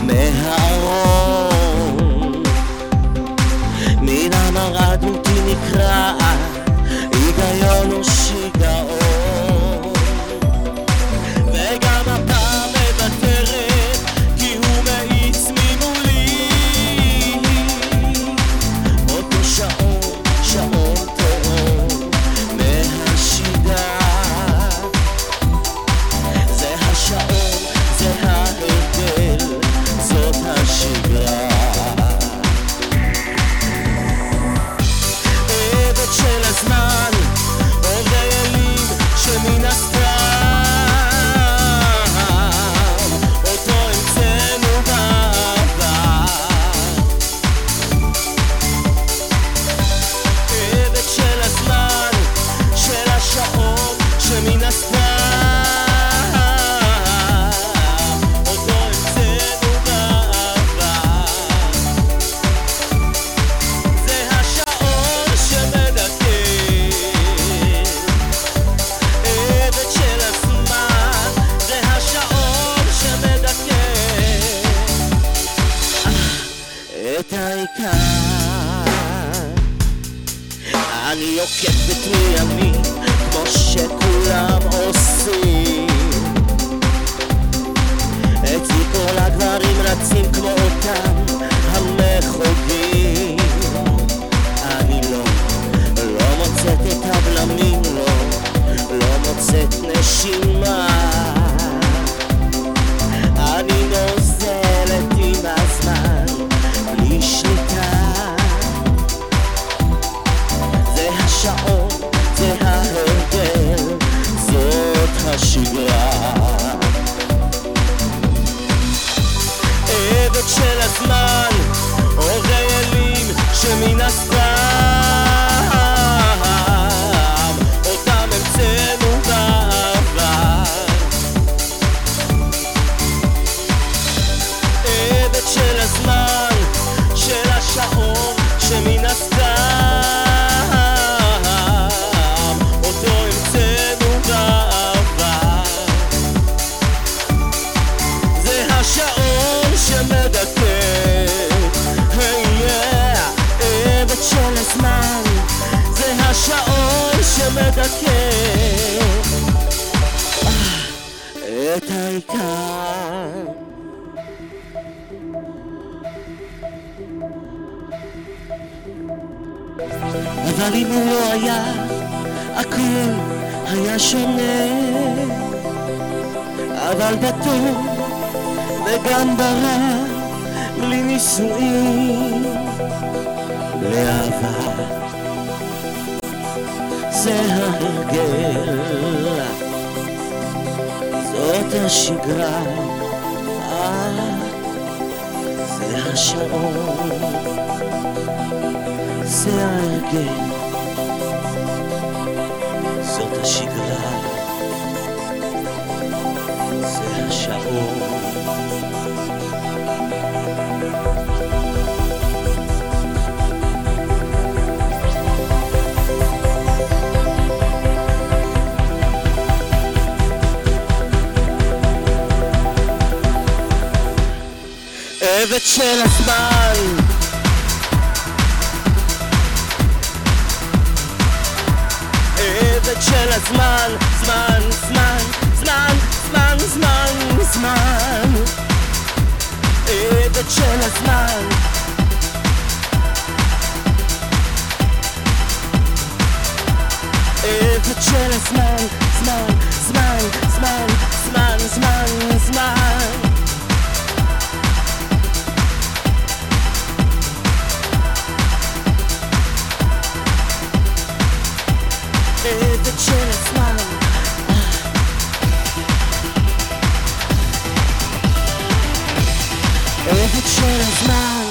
מהארון, מן המראה דמותי נקרא היגיון או שיגעון, וגם הפעם מוותרת כי הוא מאיץ ממולי, אותו שעון, שעון טרור מהשידה. זה השעון, זה ההרגל, זאת השגרה. עבד של הזמן, עובדי אלים שמן הסתם, אותו המצאנו בעבר. עבד של הזמן, של השעון שמן הסתם, אותו המצאנו בעבר. זה השעון שמדכא, עבד של הזמן, זה השעון שמדכא את העיקר. אני עוקפת מימין כמו שכולם עושים, אצלי כל הגברים רצים כמו אותם המחוגים, נשימה, אני נוזלת עם הזמן בלי שליטה. זה השעון, זה ההרגל, זאת השגרה. עבד של הזמן, עובר אלים שמן הסתם אותם המצאנו בעבר. עבד של הזמן, של השעון שמן הסתם אותו המצאנו בעבר. זה השעון שמדכא, עבד של הזמן, זה השעון שמדכא את העיקר. אבל אם הוא לא היה, הכל היה שונה. אבל בטוב וגם ברע, בלי נישואים לאהבה, זה ההרגל, זאת השגרה, זה השעון, זה ההרגל, זאת השגרה, זה השעון. עבד של הזמן, עבד של הזמן, זמן, זמן, זמן, זמן, זמן, זמן, עבד של הזמן, עבד של הזמן, זמן, זמן, זמן, זמן, זמן, זמן. עבד של הזמן, עבד של הזמן.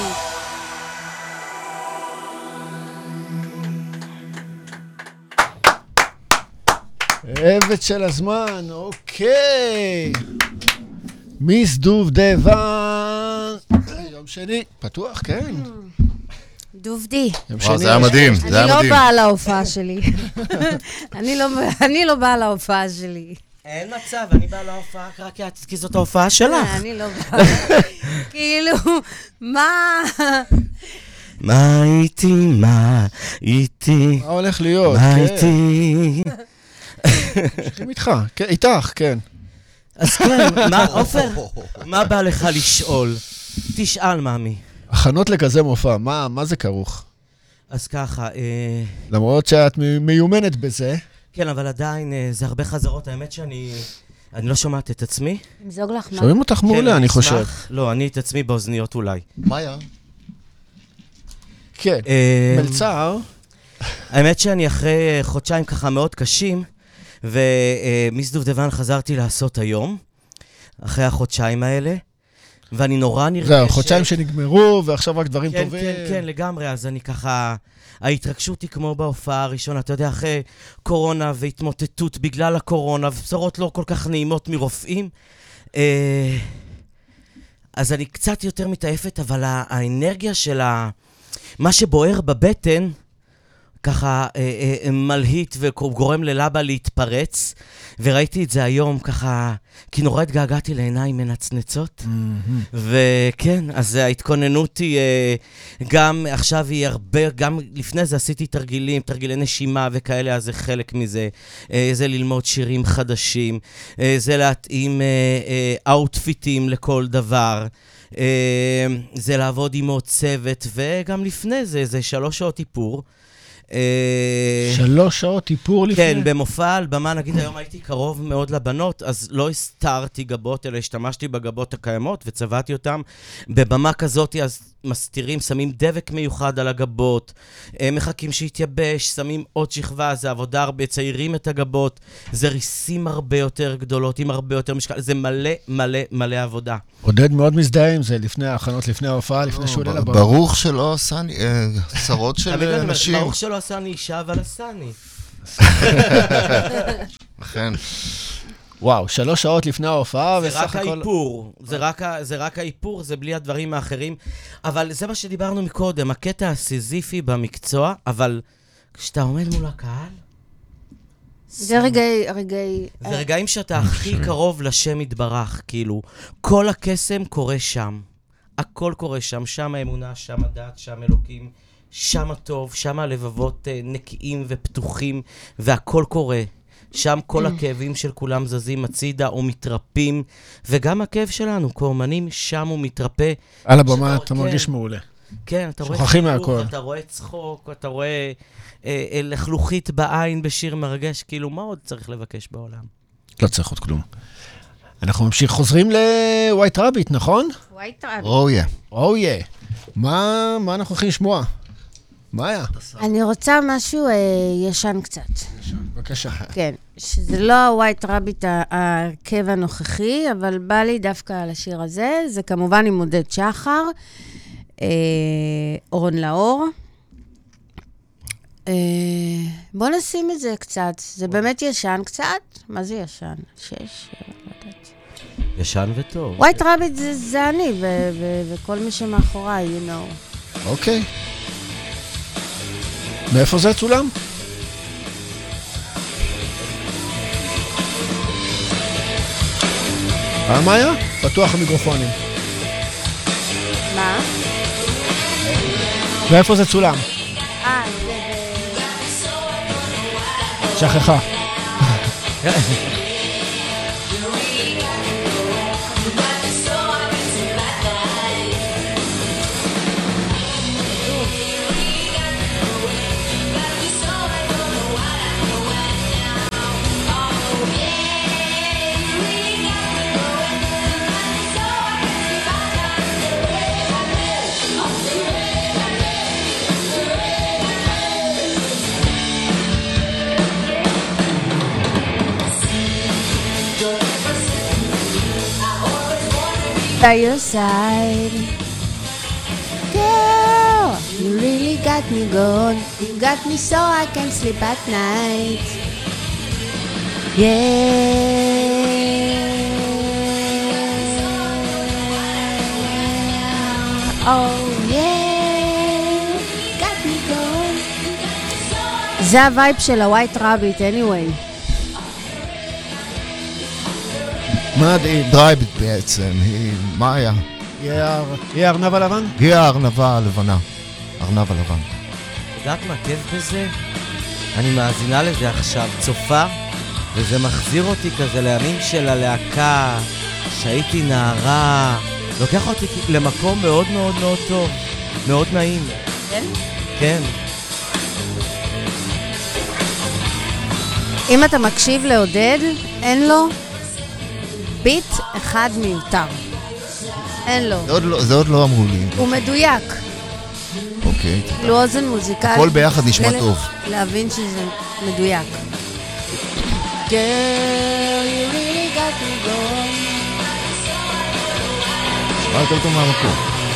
עבד של הזמן, אוקיי. מיס דובדבן. יום שני, פתוח, כן. דובדי. וואו, זה היה מדהים, זה היה אני לא מדהים. באה להופעה שלי. אני לא באה להופעה שלי. אין מצב, אני באה להופעה רק כי זאת ההופעה שלך. אני לא באה. כאילו, מה? מה איתי, מה איתי, מה הולך להיות? מה כן. איתי. ממשיכים איתך, כן, איתך, כן. אז כן, מה, עופר, מה בא לך לשאול? תשאל, מאמי. הכנות לכזה מופע, מה זה כרוך? אז ככה, למרות שאת מיומנת בזה. כן, אבל עדיין זה הרבה חזרות. האמת שאני לא שומעת את עצמי. נמזוג לך מה? שומעים אותך מעולה, אני אשמח. חושב. לא, אני את עצמי באוזניות אולי. מה היה? כן, מלצר. האמת שאני אחרי חודשיים ככה מאוד קשים, ומיס דובדבן חזרתי לעשות היום, אחרי החודשיים האלה, ואני נורא נרגשת. זהו, חודשיים שנגמרו, ועכשיו רק דברים כן, טובים. כן, כן, לגמרי, אז אני ככה... ההתרגשות היא כמו בהופעה הראשונה, אתה יודע, אחרי קורונה והתמוטטות בגלל הקורונה, ובשורות לא כל כך נעימות מרופאים. אז אני קצת יותר מתעייפת, אבל האנרגיה של מה שבוער בבטן, ככה מלהיט וגורם ללבה להתפרץ, וראיתי את זה היום ככה, כי נורא התגעגעתי לעיניים מנצנצות, וכן, אז ההתכוננות היא, גם עכשיו היא הרבה, גם לפני זה עשיתי תרגילי נשימה וכאלה, אז זה חלק מזה, זה ללמוד שירים חדשים, זה להתאים אאוטפיטים לכל דבר, זה לעבוד עם עוד צוות, וגם לפני זה, זה 3 שעות איפור, 3 שעות איפור לפני? כן, במופע על במה, נגיד היום הייתי קרוב מאוד לבנות, אז לא הסתרתי גבות, אלא השתמשתי בגבות הקיימות וצבעתי אותם. בבמה כזאת, אז מסתירים, שמים דבק מיוחד על הגבות, מחכים שיתייבש, שמים עוד שכבה, זה עבודה הרבה, ציירים את הגבות, זה ריסים הרבה יותר גדולות, עם הרבה יותר משקל, זה מלא מלא מלא עבודה. עודד מאוד מזדהה עם זה, לפני ההכנות, לפני ההופעה, לפני שהוא עולה לבמה. ברוך שלא עשה צרות של אנשים. ברוך שלא עשה אני אישה, אבל עשה אני. אכן. וואו, 3 שעות לפני ההופעה, זה רק האיפור, זה רק האיפור, זה בלי הדברים האחרים, אבל זה מה שדיברנו מקודם, הקטע הסיזיפי במקצוע, אבל כשאתה עומד מול הקהל, זה זה רגעים שאתה הכי קרוב לשם יתברך, כאילו, כל הקסם קורה שם, הכל קורה שם, שם האמונה, שם הדת, שם אלוקים, שם הטוב, שם הלבבות נקיים ופתוחים, והכל קורה. שם כל הכאבים של כולם זזים הצידה או מתרפים, וגם הכאב שלנו, כאומנים, שם הוא מתרפא. על הבמה אתה מרגיש מעולה. כן, אתה רואה שוכחים מהכל. אתה רואה צחוק, אתה רואה לחלוכית בעין בשיר מרגש, כאילו מה עוד צריך לבקש בעולם? לא צריך עוד כלום. אנחנו חוזרים לווייט רביט, נכון? ווייט רביט. אויה. מה אנחנו הולכים לשמוע? מה היה? אני רוצה משהו ישן קצת. בבקשה. כן, שזה לא הווייט רביט ההרכב הנוכחי, אבל בא לי דווקא על השיר הזה. זה כמובן עם עודד שחר, אורן לאור. בוא נשים את זה קצת. זה באמת ישן קצת? מה זה ישן? 6? לא יודעת. ישן וטוב. ווייט רביט זה אני, וכל מי שמאחוריי, you know. אוקיי. מאיפה זה צולם? מה היה? פתוח המיקרופונים. מה? מאיפה זה צולם? זה שכחה. by your side. Girl, you really got me going. You got me so I can sleep at night. Yeah. Oh yeah. got me going. זה הווייב של הווייט רביט, anyway. מדהים. דרייבט בעצם, מה היה? יהיה ארנב הלבן? היא הארנבה הלבנה. ארנב הלבן. יודעת מה כיף בזה? אני מאזינה לזה עכשיו, צופה, וזה מחזיר אותי כזה לימים של הלהקה, שהייתי נערה, לוקח אותי למקום מאוד מאוד מאוד טוב, מאוד נעים. כן? כן. אם אתה מקשיב לעודד, אין לו ביט אחד מיותר. אין לו. זה עוד לא אמרו לי. הוא מדויק. אוקיי. כאילו אוזן מוזיקלית. הכל ביחד נשמע טוב. להבין שזה מדויק. Girl, you really got me going. נשמע יותר טוב מהמקום.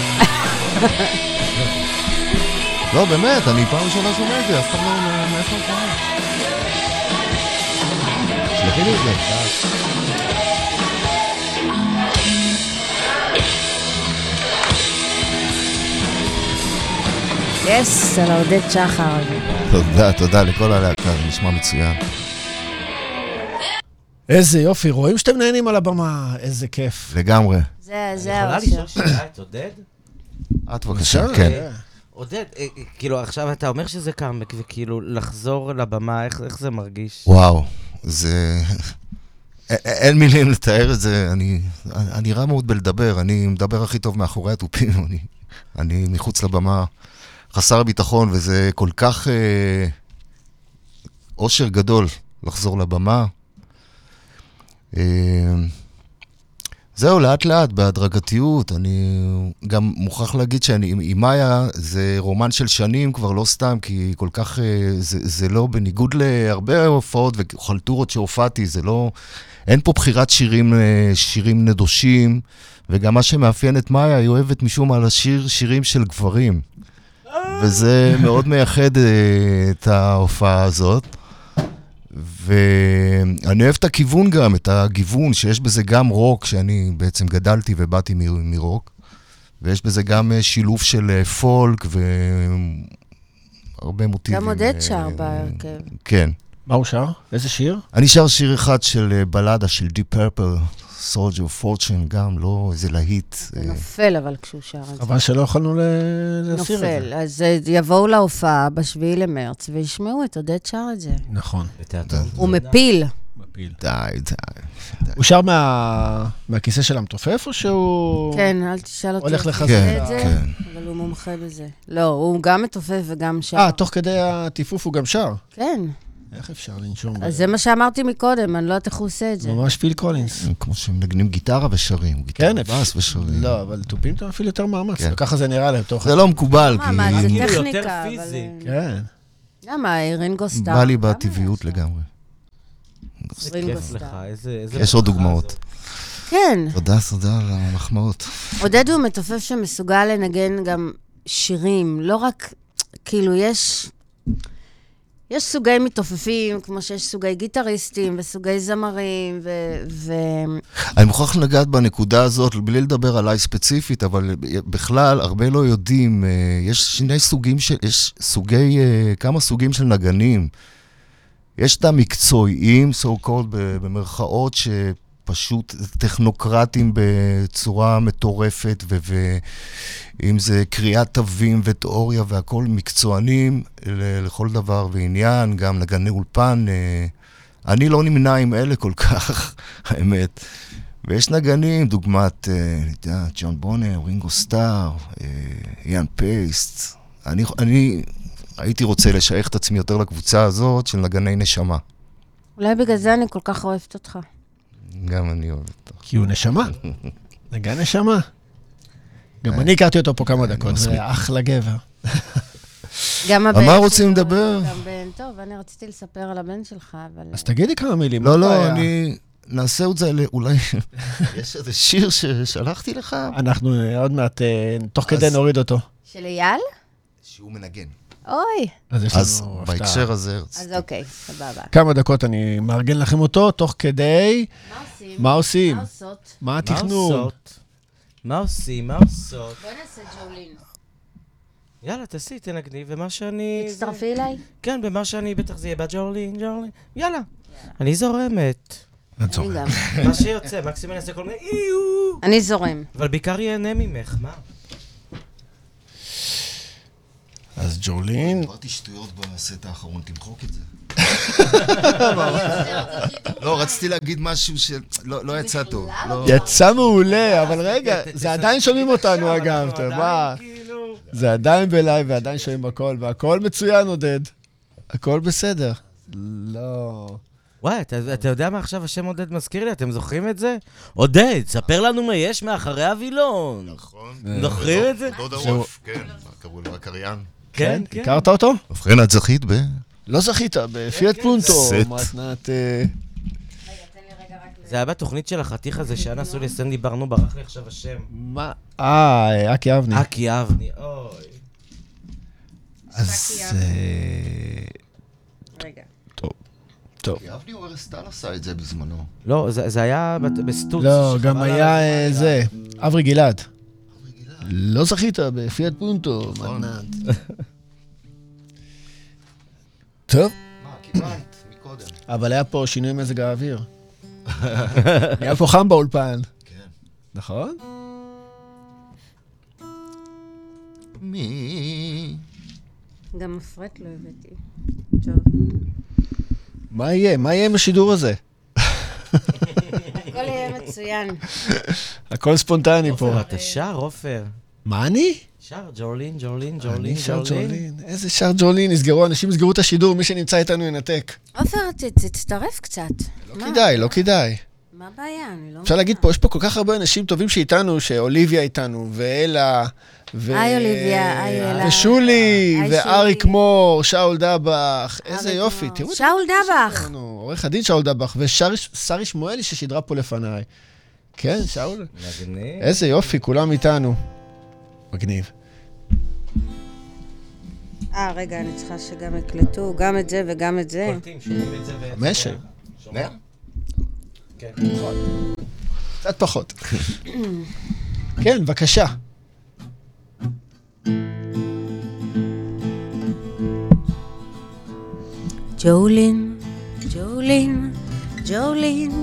לא, באמת, אני פעם ראשונה שומע את זה, אף אחד לא מאיפה הופעה. שלחי לי את זה. יס, על עודד שחר. תודה לכל הלהקה, זה נשמע מצוין. איזה יופי, רואים שאתם נהנים על הבמה, איזה כיף. לגמרי. זה אני יכולה לשאול שאלה את עודד? את בבקשה, כן. עודד, כאילו עכשיו אתה אומר שזה קאמבק, וכאילו לחזור לבמה, איך זה מרגיש? וואו, זה... אין מילים לתאר את זה, אני רע מאוד בלדבר, אני מדבר הכי טוב מאחורי הטופים, אני מחוץ לבמה חסר ביטחון, וזה כל כך אושר גדול לחזור לבמה. זהו, לאט לאט, בהדרגתיות. אני גם מוכרח להגיד עם מאיה זה רומן של שנים, כבר לא סתם, כי כל כך, זה לא, בניגוד להרבה הופעות וחלטורות שהופעתי, זה לא, אין פה בחירת שירים נדושים, וגם מה שמאפיין את מאיה, היא אוהבת משום על שירים של גברים. וזה מאוד מייחד את ההופעה הזאת. ואני אוהב את הכיוון גם, את הגיוון שיש בזה גם רוק, שאני בעצם גדלתי ובאתי מרוק, ויש בזה גם שילוב של פולק והרבה מוטיבים. גם עודד שר בהרכב. כן. מה הוא שר? איזה שיר? אני שר שיר אחד של בלדה של Deep Purple, Soldier of Fortune, גם לא איזה להיט. זה נופל אבל כשהוא שר את זה. חבל שלא יכולנו להסיר את זה. נופל, אז יבואו להופעה ב7 למרץ וישמעו את עודד שר את זה. נכון. הוא מפיל. די. הוא שר מהכיסא של המתופף או שהוא... כן, אל תשאל אותו. הולך לחזק את זה, אבל הוא מומחה בזה. לא, הוא גם מתופף וגם שר. תוך כדי הטיפוף הוא גם שר? כן. איך אפשר לנשום? אז זה מה שאמרתי מקודם, אני לא יודעת איך הוא עושה את זה. ממש פיל קולינס. כמו שהם נגנים גיטרה ושרים, גיטרה בס ושרים. לא, אבל טופים אתה אפילו יותר מאמץ, וככה זה נראה להם. זה לא מקובל, כי... מאמץ, זה יותר טכניקה, פיזי. כן. למה, רינגו סטאר. בא לי בטבעיות לגמרי. זה כיף לך, איזה... יש עוד דוגמאות. כן. תודה על המחמאות. עודד הוא מתופף שמסוגל לנגן גם שירים, לא רק, כאילו יש סוגי מתופפים, כמו שיש סוגי גיטריסטים וסוגי זמרים, אני מוכרח לגעת בנקודה הזאת, בלי לדבר עליי ספציפית, אבל בכלל, הרבה לא יודעים, יש כמה סוגים של נגנים. יש את המקצועיים, so called, במרכאות, שפשוט טכנוקרטים בצורה מטורפת, ואם זה קריאת תווים ותיאוריה והכל מקצוענים לכל דבר ועניין, גם נגני אולפן. אני לא נמנע עם אלה כל כך, האמת. ויש נגנים, דוגמת ג'ון בונר, רינגו סטאר, איאן פייסט. אני הייתי רוצה לשייך את עצמי יותר לקבוצה הזאת של נגני נשמה. אולי בגלל זה אני כל כך אוהבת אותך. גם אני אוהב אותך. כי הוא נשמה. נגן נשמה. גם אני הכרתי אותו פה כמה דקות, זה אחלה גבר. גם הבן מה רוצים לדבר? גם בן טוב, אני רציתי לספר על הבן שלך, אבל... אז תגידי כמה מילים. לא, אני... נעשה את זה, אולי... יש איזה שיר ששלחתי לך? אנחנו עוד מעט, תוך כדי נוריד אותו. של אייל? שהוא מנגן. אוי. אז בהקשר הזה... אז אוקיי, סבבה. כמה דקות אני מארגן לכם אותו, תוך כדי... מה עושים? מה עושות? מה התכנון? מה עושים? מה עושות? בוא נעשה ג'ולין. יאללה, תעשי, תנגני, ומה שאני... תצטרפי אליי? כן, במה שאני בטח זה יהיה בג'ולין. יאללה. אני זורמת. אני גם. מה שיוצא, מקסימום יעשה כל מיני איו. אני זורם. אבל בעיקר ייהנה ממך, מה? אז ג'ולין... אמרתי שטויות בסט האחרון, תמחוק את זה. לא, רציתי להגיד משהו שלא יצא טוב. יצא מעולה, אבל רגע, זה עדיין שומעים אותנו אגב, אתה מה? זה עדיין בלייב ועדיין שומעים הכל, והכל מצוין עודד. הכל בסדר. לא... וואי, אתה יודע מה עכשיו השם עודד מזכיר לי? אתם זוכרים את זה? עודד, ספר לנו מה יש מאחורי הווילון. נכון. זוכרים את זה? דודה וולף, כן. קראו לו הקריין. כן. הכרת אותו? ובכן, את זכית ב... לא זכית, בפיאט פונטו. מתנת... זה היה בתוכנית של החתיך הזה שאנסו לסן דיברנו, ברח לי עכשיו השם. מה? אקי אבני. אקי אבני, אוי. אז... רגע. טוב. כי אבני או ארסטל עשה את זה בזמנו. לא, זה היה בסטוץ. לא, גם היה זה, אברי גלעד. לא זכית בפיאט פונטו, מתנת. טוב. מה, קיבלת מקודם. אבל היה פה שינוי מזג האוויר. היה פה חם באולפן. כן. נכון? מי? גם מפרט לא הבאתי. טוב. מה יהיה? מה יהיה עם השידור הזה? הכל יהיה מצוין. הכל ספונטני פה. עופר, אתה שר, עופר. מה אני? שר ג'ורלין, ג'ורלין, אני ג'ורלין, שר ג'ורלין. ג'ורלין. איזה שר ג'ורלין? אנשים יסגרו את השידור, מי שנמצא איתנו ינתק. עופר, תצטרף קצת. לא כדאי, לא כדאי. מה הבעיה? אני לא... אפשר להגיד פה, יש פה כל כך הרבה אנשים טובים שאיתנו, שאוליביה איתנו, ואלה, היי אוליביה, היי אלה. ושולי, היי ואריק שולי. מור, שאול דבח, איזה אריק יופי. מור. תראו את שאול דבח. עורך הדין שאול דבח, ושרי שמואלי ששידרה פה לפניי. כן, שאול. מגניב. איזה יופי, כולם איתנו. מגניב. רגע, אני צריכה שגם יקלטו, גם את זה וגם את זה. קולטים, שומעים את זה ואת זה. משל. שומע? כן. קצת פחות. כן, בבקשה. Jolene, Jolene, Jolene,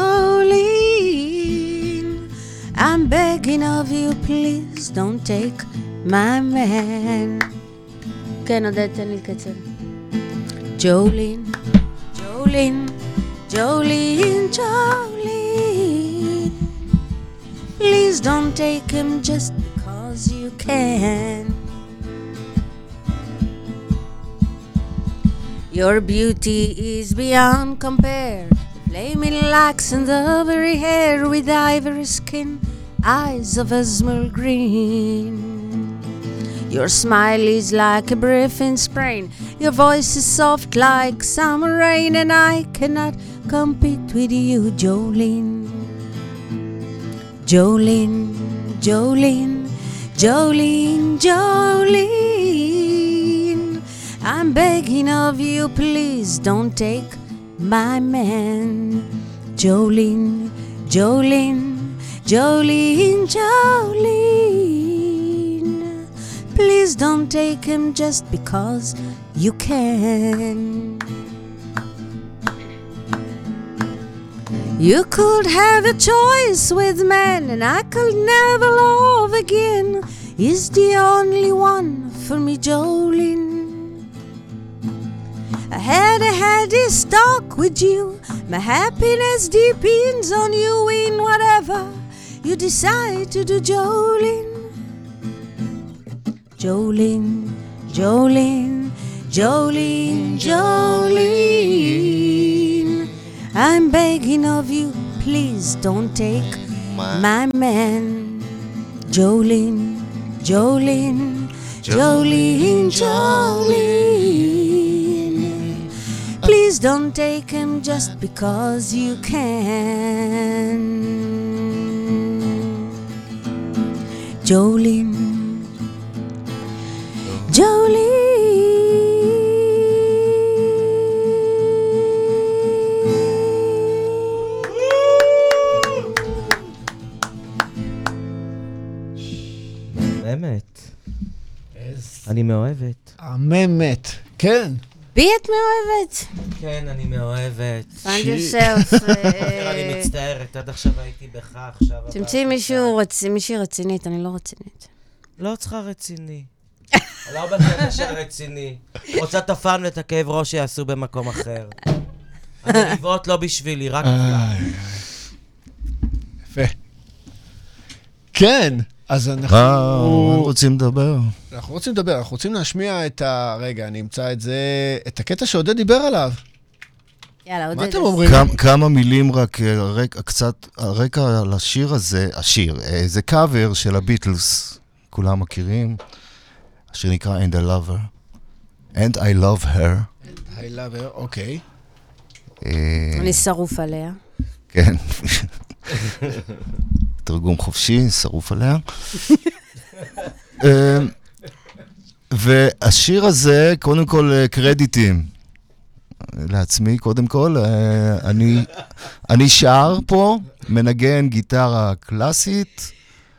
Jolene, I'm begging of you, please don't take my man. כן, עודד, תן לי לקצר. Jolene, Jolene, Jolene, Jolene, please don't take him just because you can. Your beauty is beyond compare, flaming locks and the very hair with ivory skin, eyes of emerald green. Your smile is like a breath in spring, your voice is soft like summer rain, and I cannot compete with you, Jolene. Jolene, Jolene, Jolene, Jolene, I'm begging of you, please don't take my man. Jolene, Jolene, Jolene, Jolene, please don't take him just because you can. You could have a choice with men, and I could never love again. He's the only one for me, Jolene. I had a heady talk with you. My happiness depends on you in whatever you decide to do, Jolene. Jolene, Jolene, Jolene, Jolene, I'm begging of you, please don't take my man. Jolene, Jolene, Jolene, Jolene, please don't take him just because you can. Jolene, Jolene. באמת. אני מאוהבת. הממת. כן. בי את מאוהבת. כן, אני מאוהבת. find yourself. אני מצטערת, עד עכשיו הייתי בך, עכשיו... תמצאי מישהי רצינית, אני לא רצינית. לא צריכה רציני. לא בקטע של רציני. רוצה את הפאן ואת הכאב ראש שיעשו במקום אחר. המריבות לא בשבילי, רק... יפה. כן, אז אנחנו... רוצים לדבר? אנחנו רוצים לדבר, אנחנו רוצים להשמיע את ה... רגע, אני אמצא את זה... את הקטע שעודד דיבר עליו. יאללה, עודד. מה אתם אומרים? כמה מילים רק, קצת, הרקע לשיר הזה, זה קאבר של הביטלס, כולם מכירים, השיר נקרא And I Love Her. And I Love Her. I love her, אוקיי. אני שרוף עליה. כן. תרגום חופשי, שרוף עליה. והשיר הזה, קודם כל קרדיטים. לעצמי, קודם כל, אני שר פה, מנגן גיטרה קלאסית,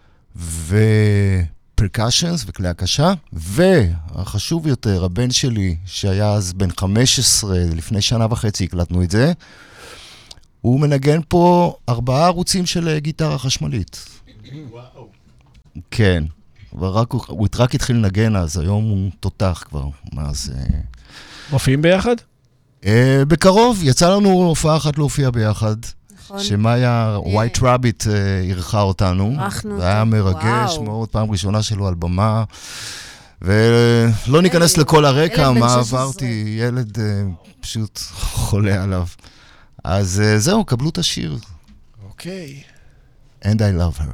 ופרקשנס וכלי הקשה, והחשוב יותר, הבן שלי, שהיה אז בן 15, לפני שנה וחצי הקלטנו את זה, הוא מנגן פה 4 ערוצים של גיטרה חשמלית. וואו. כן, הוא רק התחיל לנגן אז, היום הוא תותח כבר. אז... מופיעים ביחד? בקרוב, יצא לנו הופעה אחת להופיע ביחד. שמאיה ווייט רביט אירחה אותנו. אירחנו זה היה אותו, מרגש וואו. מאוד, פעם ראשונה שלו על במה. ולא ניכנס לכל הרקע, ילד בן מה 16. עברתי, ילד פשוט חולה עליו. אז זהו, קבלו את השיר. אוקיי. And I love her.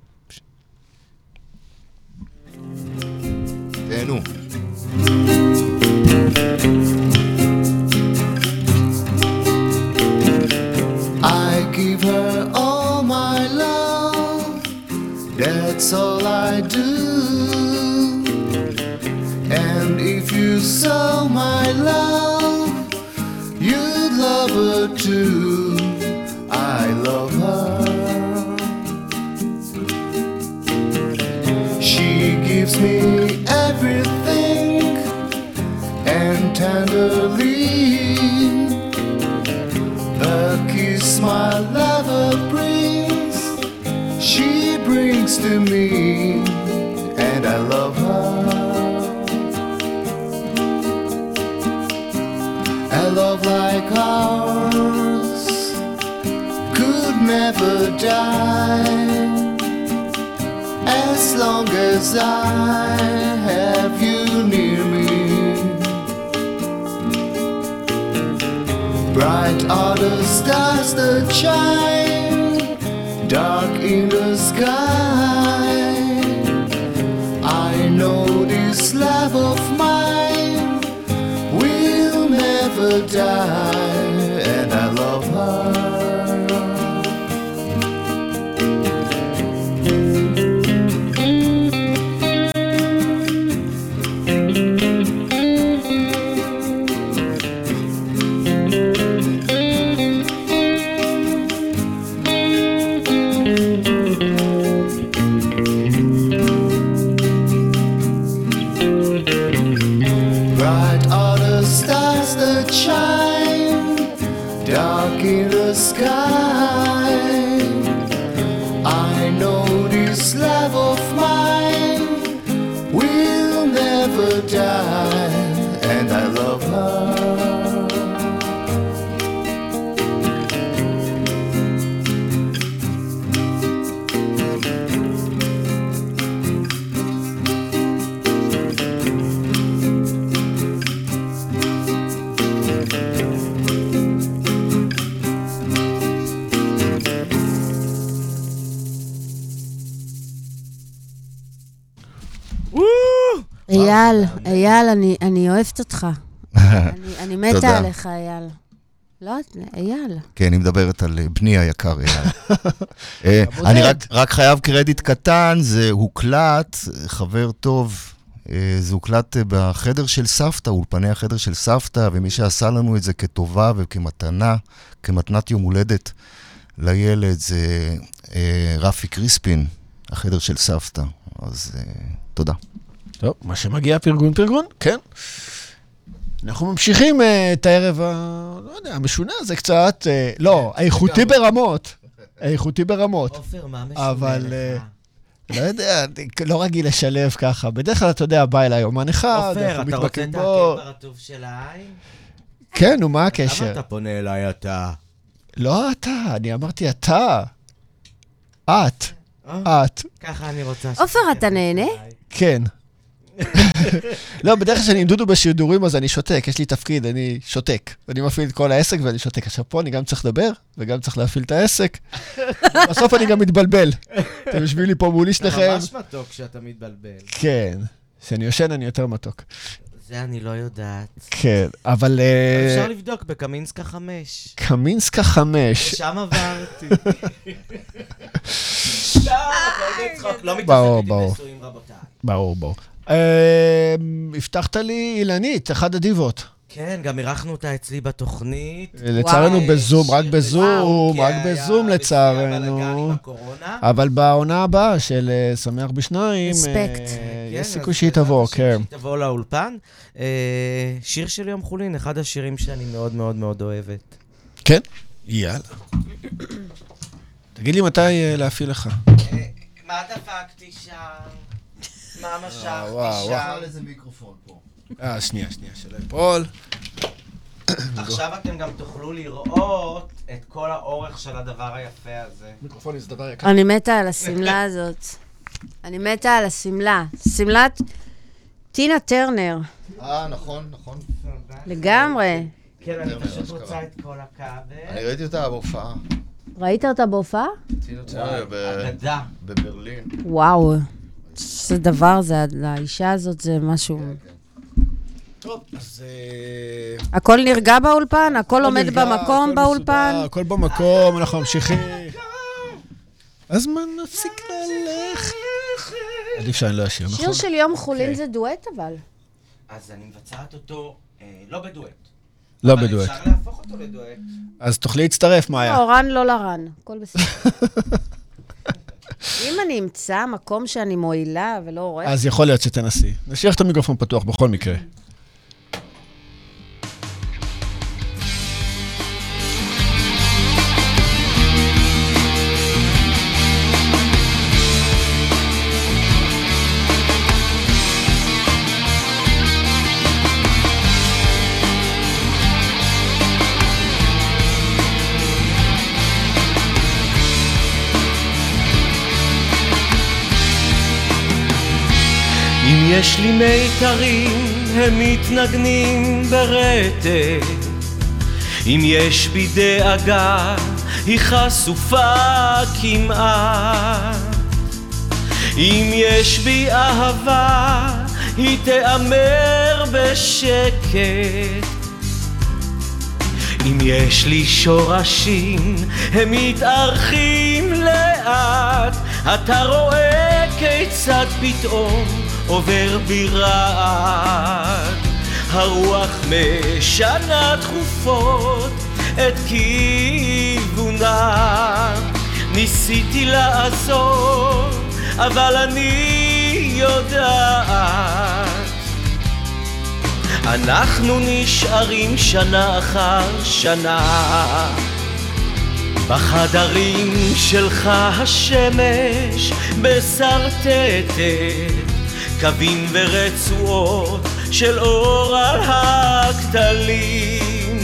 תהנו. I give her all my love, that's all I do. And if you saw my love, you'd love her too. I love her. She gives me everything, and tenderly the kiss my lover brings, she brings to me, and I love her. A love like ours could never die, as long as I have you near me. Bright are the stars that shine, dark in the sky. I know this love of mine will never die, and I love her. Bright are the stars that shine, dark in the sky. I know this love of mine will never die, and I love her. אייל, אני אוהבת אותך. אני מתה תודה. עליך, אייל. לא, אייל. כן, היא מדברת על בני היקר, אייל. אני רק חייב קרדיט קטן, זה הוקלט, חבר טוב, זה הוקלט בחדר של סבתא, אולפני החדר של סבתא, ומי שעשה לנו את זה כטובה וכמתנה, כמתנת יום הולדת לילד, זה רפי קריספין, החדר של סבתא. אז תודה. טוב, מה שמגיע פרגון, כן. אנחנו ממשיכים את הערב, לא יודע, המשונה הזה קצת, לא, איכותי ברמות. איכותי ברמות. עופר, מה משונה אבל, לך? לא יודע, לא רגיל לשלב ככה. בדרך כלל, אתה יודע, בא אליי אומן אחד, עופר, אנחנו אתה רוצה מתמקדים את בו. העקב הרטוב של העין? כן, נו, מה למה הקשר? אתה פונה אליי אתה? לא אתה, אני אמרתי אתה. את. ככה אני רוצה... עופר, אתה נהנה? כן. לא, בדרך כלל שאני עם דודו בשידורים, אז אני שותק, יש לי תפקיד, אני שותק. אני מפעיל את כל העסק ואני שותק. עכשיו פה אני גם צריך לדבר, וגם צריך להפעיל את העסק. בסוף אני גם מתבלבל. אתם יושבים לי פה מולי שניכם. זה ממש מתוק שאתה מתבלבל. כן, כשאני יושן אני יותר מתוק. זה אני לא יודעת. כן, אבל... אפשר לבדוק בקמינסקה 5. קמינסקה 5. שם עברתי. לא מתעסקת עם נשואים, רבותיי. ברור. הבטחת לי אילנית, אחד הדיבות. כן, גם אירחנו אותה אצלי בתוכנית. לצערנו בזום, רק בזום לצערנו. אבל בעונה הבאה של שמח בשניים, יש סיכוי שהיא תבוא, כן. שהיא תבוא לאולפן. שיר של יום חולין, אחד השירים שאני מאוד מאוד מאוד אוהבת. כן? יאללה. תגיד לי מתי להפעיל לך. מה דפקתי שם? מה משכתי וואו. שם? איזה מיקרופון פה. שנייה, שלא יפול. עכשיו אתם גם תוכלו לראות את כל האורך של הדבר היפה הזה. מיקרופוני זה דבר יקר. אני מתה על השמלה הזאת. אני מתה על השמלה. שמלת טינה טרנר. נכון. לגמרי. כן, אני פשוט רוצה את כל הכבל. אני ראיתי אותה בהופעה. ראית אותה בהופעה? טינה טרנר אגדה. בברלין. וואו. זה דבר, האישה הזאת זה משהו... טוב, אז... הכל נרגע באולפן? הכל עומד במקום באולפן? הכל במקום, אנחנו ממשיכים. הזמן מפסיק ללכת. עדיף שאני לא אשיר, נכון? שיר של יום חולין זה דואט אבל. אז אני מבצעת אותו לא בדואט. לא בדואט. אבל אפשר להפוך אותו לדואט. אז תוכלי להצטרף, מאיה. לא, רן לא לרן, הכל בסדר. אם אני אמצא מקום שאני מועילה ולא עורך... אז יכול להיות שתנסי. נשאיר את המיקרופון פתוח בכל מקרה. אם יש לי מיתרים, הם מתנגנים ברטט. אם יש בי דאגה, היא חשופה כמעט. אם יש בי אהבה, היא תאמר בשקט. אם יש לי שורשים, הם מתארחים לאט. אתה רואה כיצד פתאום עובר בי רעד. הרוח משנה תכופות את כיוונה. ניסיתי לעזור, אבל אני יודעת. אנחנו נשארים שנה אחר שנה. בחדרים שלך השמש בסרטטת קווים ורצועות של אור על הכתלים.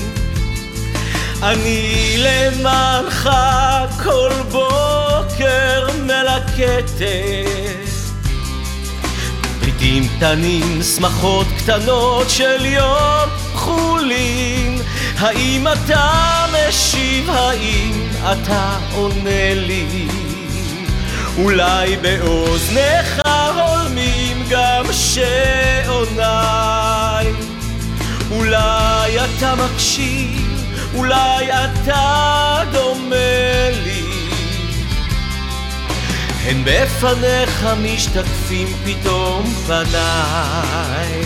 אני למענך כל בוקר מלקטת פריטים קטנים, שמחות קטנות של יום חולין. האם אתה משיב? האם אתה עונה לי? אולי באוזניך הולמים גם שעוניי. אולי אתה מקשיב, אולי אתה דומה לי. הן בפניך משתקפים פתאום פניי.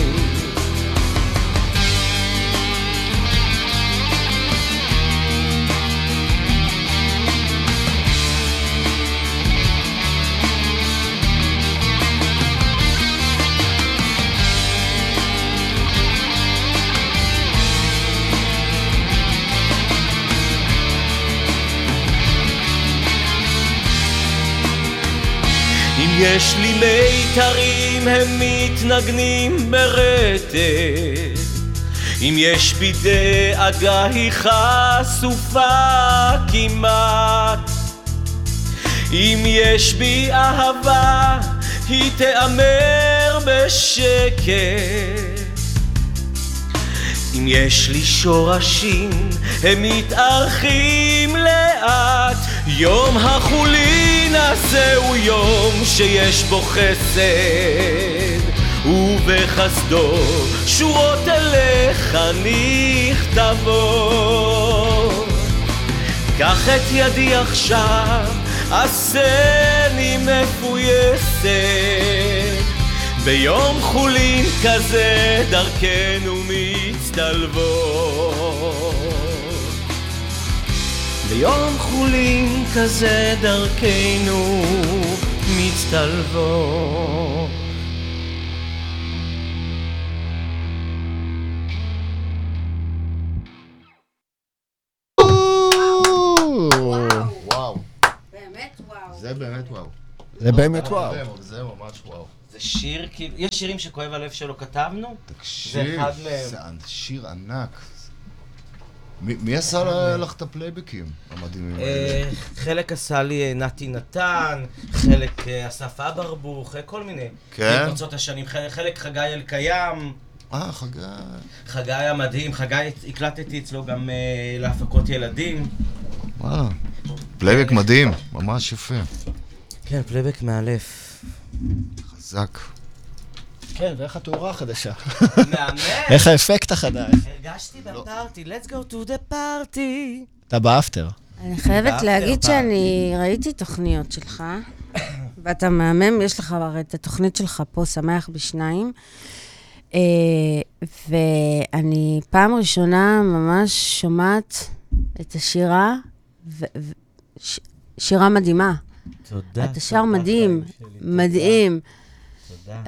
אם יש לי מיתרים, הם מתנגנים ברטט. אם יש בי דאגה, היא חשופה כמעט. אם יש בי אהבה, היא תאמר בשקט. אם יש לי שורשים, הם מתארחים לאט. יום החולין הזה הוא יום שיש בו חסד, ובחסדו שורות אליך נכתבות. קח את ידי עכשיו, עשני מפויסת. ביום חולין כזה דרכנו מצטלבות. ביום חולין כזה דרכנו מצטלבות. וואו. באמת וואו. זה באמת וואו. זה באמת וואו. זה ממש וואו. זה שיר, יש שירים שכואב הלב שלא כתבנו? תקשיב, זה אחד מהם. זה שיר ענק. מי עשה לך את הפלייבקים המדהימים האלה? חלק עשה לי נתי נתן, חלק אסף אברבוך, כל מיני. כן? בקבוצות השנים, חלק חגי אלקיים. חגי. חגי המדהים, חגי הקלטתי אצלו גם להפקות ילדים. פלייבק מדהים, ממש יפה. כן, פלייבק מאלף. חזק. כן, ואיך התאורה החדשה? מאמן! איך האפקט החדש? הרגשתי בפארטי, let's go to the party. אתה באפטר. אני חייבת להגיד שאני ראיתי תוכניות שלך, ואתה מהמם, יש לך הרי את התוכנית שלך פה, שמח בשניים, ואני פעם ראשונה ממש שומעת את השירה, שירה מדהימה. תודה. אתה שר מדהים, מדהים. תודה.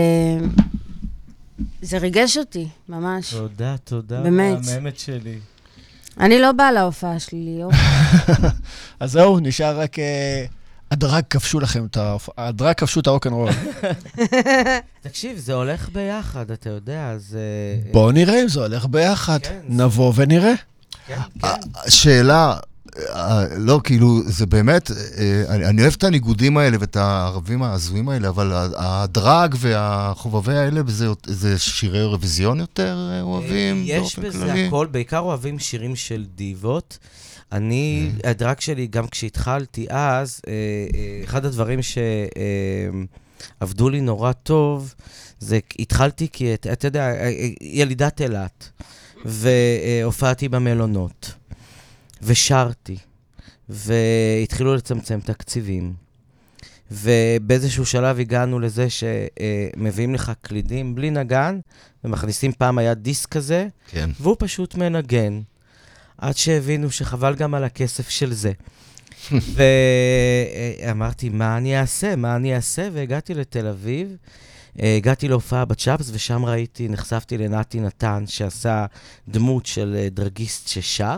זה ריגש אותי, ממש. תודה. באמת. מהממת שלי. אני לא באה להופעה שלי, ליאור. אז זהו, נשאר רק... הדרג כבשו לכם את ההופעה, הדרג כבשו את הרוק'נ'רול. תקשיב, זה הולך ביחד, אתה יודע, אז... בואו נראה אם זה הולך ביחד. נבוא ונראה. שאלה, לא, כאילו, זה באמת, אני אוהב את הניגודים האלה ואת הערבים ההזויים האלה, אבל הדרג והחובבי האלה, זה שירי רוויזיון יותר אוהבים? יש בזה הכל, בעיקר אוהבים שירים של דיבות. הדרג שלי, גם כשהתחלתי אז, אחד הדברים שעבדו לי נורא טוב, זה התחלתי כי, אתה יודע, ילידת אילת, והופעתי במלונות, ושרתי, והתחילו לצמצם תקציבים, ובאיזשהו שלב הגענו לזה שמביאים לך קלידים בלי נגן, ומכניסים פעם היה דיסק כזה, כן. והוא פשוט מנגן. עד שהבינו שחבל גם על הכסף של זה. ואמרתי, מה אני אעשה? והגעתי לתל אביב, הגעתי להופעה בצ'אפס, ושם נחשפתי לנתי נתן, שעשה דמות של דרגיסט ששר,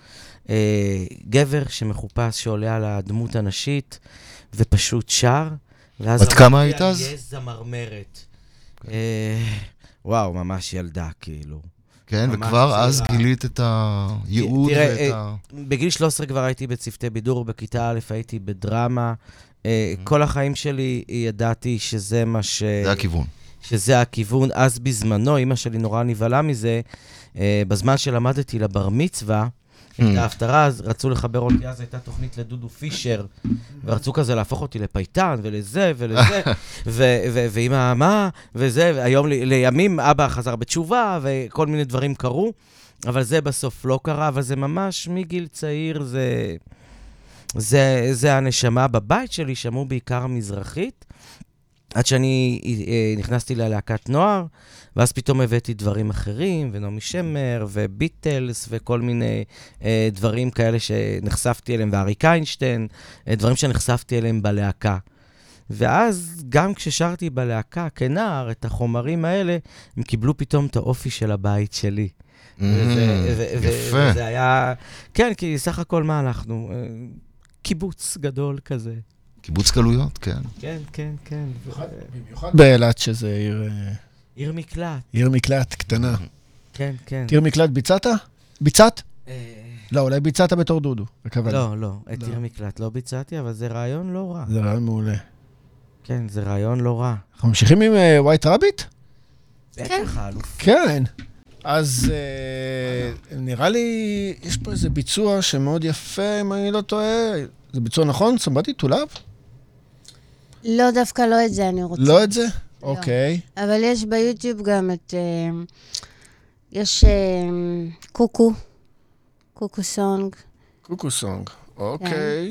גבר שמחופש שעולה על הדמות הנשית, ופשוט שר. בת כמה היית אז? יש זמרמרת. וואו, ממש ילדה, כאילו. כן, וכבר אז גילית את הייעוד ואת ה... בגיל 13 כבר הייתי בצוותי בידור, בכיתה א' הייתי בדרמה. כל החיים שלי ידעתי שזה מה זה הכיוון. שזה הכיוון. אז בזמנו, אמא שלי נורא נבהלה מזה, בזמן שלמדתי לבר מצווה, את ההפטרה, אז רצו לחבר אותי, אז הייתה תוכנית לדודו פישר, ורצו כזה להפוך אותי לפייטן, ולזה, ואמא, מה, וזה, והיום לימים אבא חזר בתשובה, וכל מיני דברים קרו, אבל זה בסוף לא קרה, אבל זה ממש מגיל צעיר, זה הנשמה בבית שלי, שמעו בעיקר מזרחית, עד שאני נכנסתי ללהקת נוער, ואז פתאום הבאתי דברים אחרים, ונעמי שמר, וביטלס, וכל מיני דברים כאלה שנחשפתי אליהם, ואריק איינשטיין, דברים שנחשפתי אליהם בלהקה. ואז גם כששרתי בלהקה כנער, את החומרים האלה, הם קיבלו פתאום את האופי של הבית שלי. יפה. וזה היה... כן, כי סך הכל מה אנחנו? קיבוץ גדול כזה. קיבוץ גלויות, כן. כן. במיוחד באילת, שזה עיר... עיר מקלט. עיר מקלט קטנה. כן. עיר מקלט ביצעת? ביצעת? לא, אולי ביצעת בתור דודו. לא. את עיר מקלט לא ביצעתי, אבל זה רעיון לא רע. זה רעיון מעולה. כן, זה רעיון לא רע. אנחנו ממשיכים עם ווייט רביט? בטח, האלוף. כן. אז נראה לי, יש פה איזה ביצוע שמאוד יפה, אם אני לא טועה. זה ביצוע נכון? somebody to love? לא, דווקא לא את זה אני רוצה. לא את זה? אוקיי. אבל יש ביוטיוב גם את... יש קוקו סונג. קוקו סונג, אוקיי.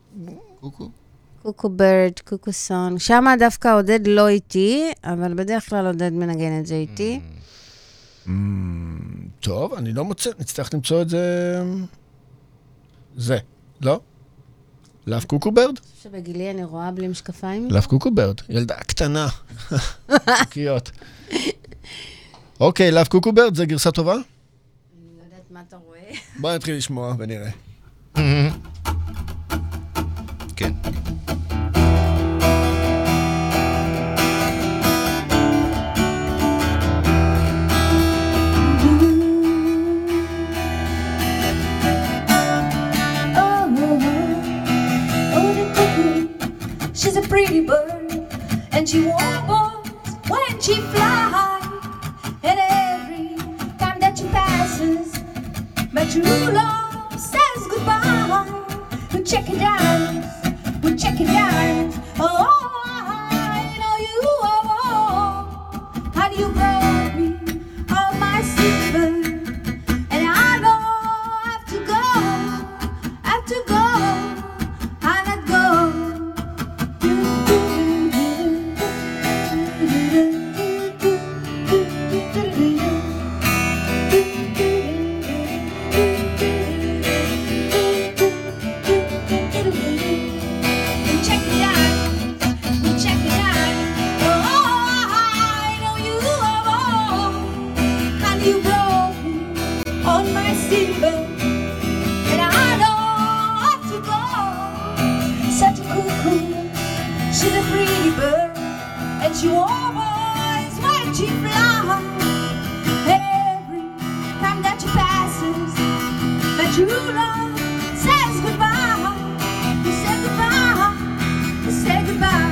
קוקו ברד, קוקו סונג. שם דווקא עודד לא איתי, אבל בדרך כלל עודד מנגן את זה איתי. טוב, אני לא מוצא, נצטרך למצוא את זה... זה, לא? לאב קוקו ברד? שבגילי אני רואה בלי משקפיים. לאב קוקו ברד, ילדה קטנה. קוקיות. אוקיי, לאב קוקו ברד, זה גרסה טובה? אני לא יודעת מה אתה רואה. בוא נתחיל לשמוע ונראה. כן. she wobbles when she flies. And every time that she passes, my true love says goodbye. We check it out, we check it out. Oh, I know you. How do you brought me all my silver? And I know I have to go, I let go. She's a pretty bird, and she wobbles when she flies. And every time that she passes, my true love says goodbye. You say goodbye, you say goodbye.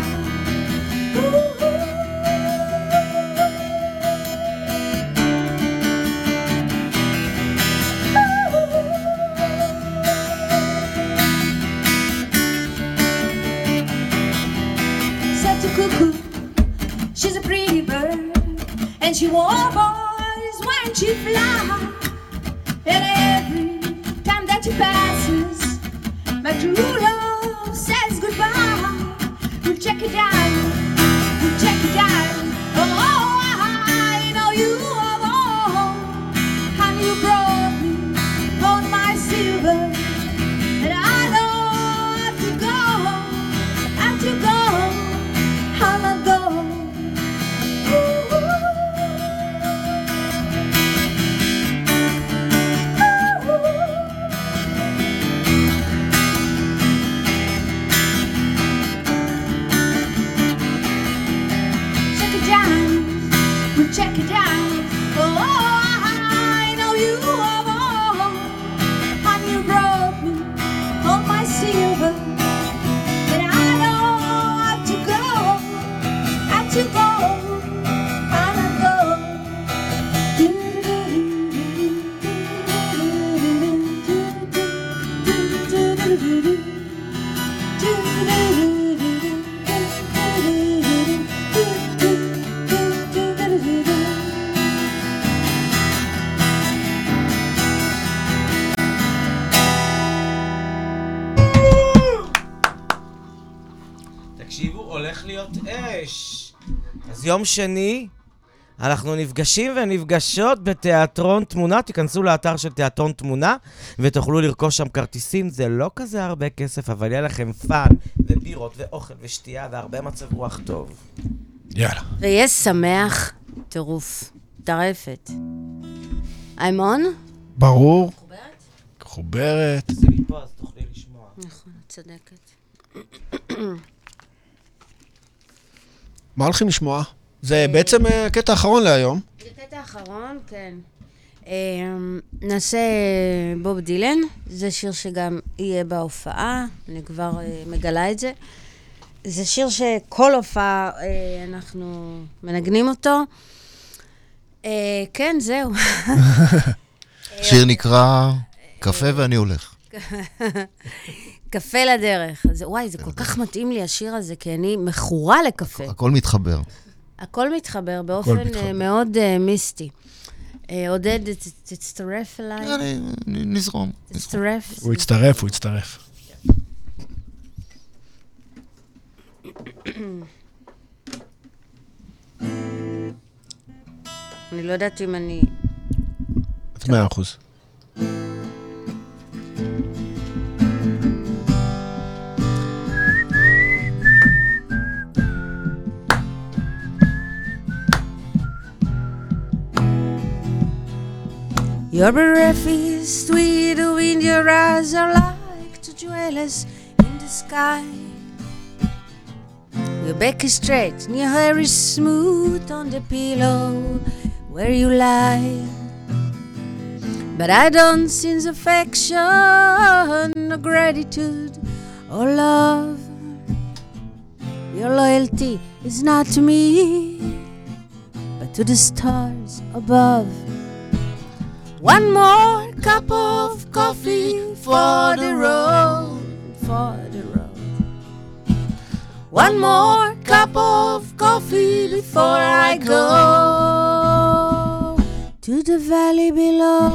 Cuckoo, she's a pretty bird, and she wobbles when she flies. And every time that she passes, my true love says goodbye. We'll check it out, we'll check it out. Oh, I know you. How you brought me on my silver, and I know I have to go, I have to go. How I go. Check it down, we'll check it out. Oh, I know you. How you brought me on my silver, and I know I have to go. To go, I'll go. תקשיבו, הולך להיות אש. אז יום שני, אנחנו נפגשים ונפגשות בתיאטרון תמונה. תיכנסו לאתר של תיאטרון תמונה ותוכלו לרכוש שם כרטיסים. זה לא כזה הרבה כסף, אבל יהיה לכם פאן ובירות ואוכל ושתייה והרבה מצב רוח טוב. יאללה. ויש שמח, טירוף, טרפת. איימון? ברור. חוברת. זה מפה, אז תוכלי לשמוע. נכון, צדקת. מה הולכים לשמוע? זה בעצם הקטע האחרון להיום. זה קטע האחרון, כן. נעשה בוב דילן, זה שיר שגם יהיה בהופעה, אני כבר מגלה את זה. זה שיר שכל הופעה אנחנו מנגנים אותו. כן, זהו. שיר נקרא קפה ואני הולך. קפה לדרך. וואי, זה כל כך מתאים לי השיר הזה, כי אני מכורה לקפה. הכל מתחבר. הכל מתחבר באופן מאוד מיסטי. עודד, תצטרף אליי. נזרום. תצטרף. הוא יצטרף. אני לא יודעת אם אני... 100%. Your breath is sweet, the wind, your eyes are like two jewels in the sky. Your back is straight and your hair is smooth on the pillow where you lie. But I don't sense affection or gratitude or love. Your loyalty is not to me, but to the stars above. One more cup of coffee for the road, for the road. One more cup of coffee before I go to the valley below.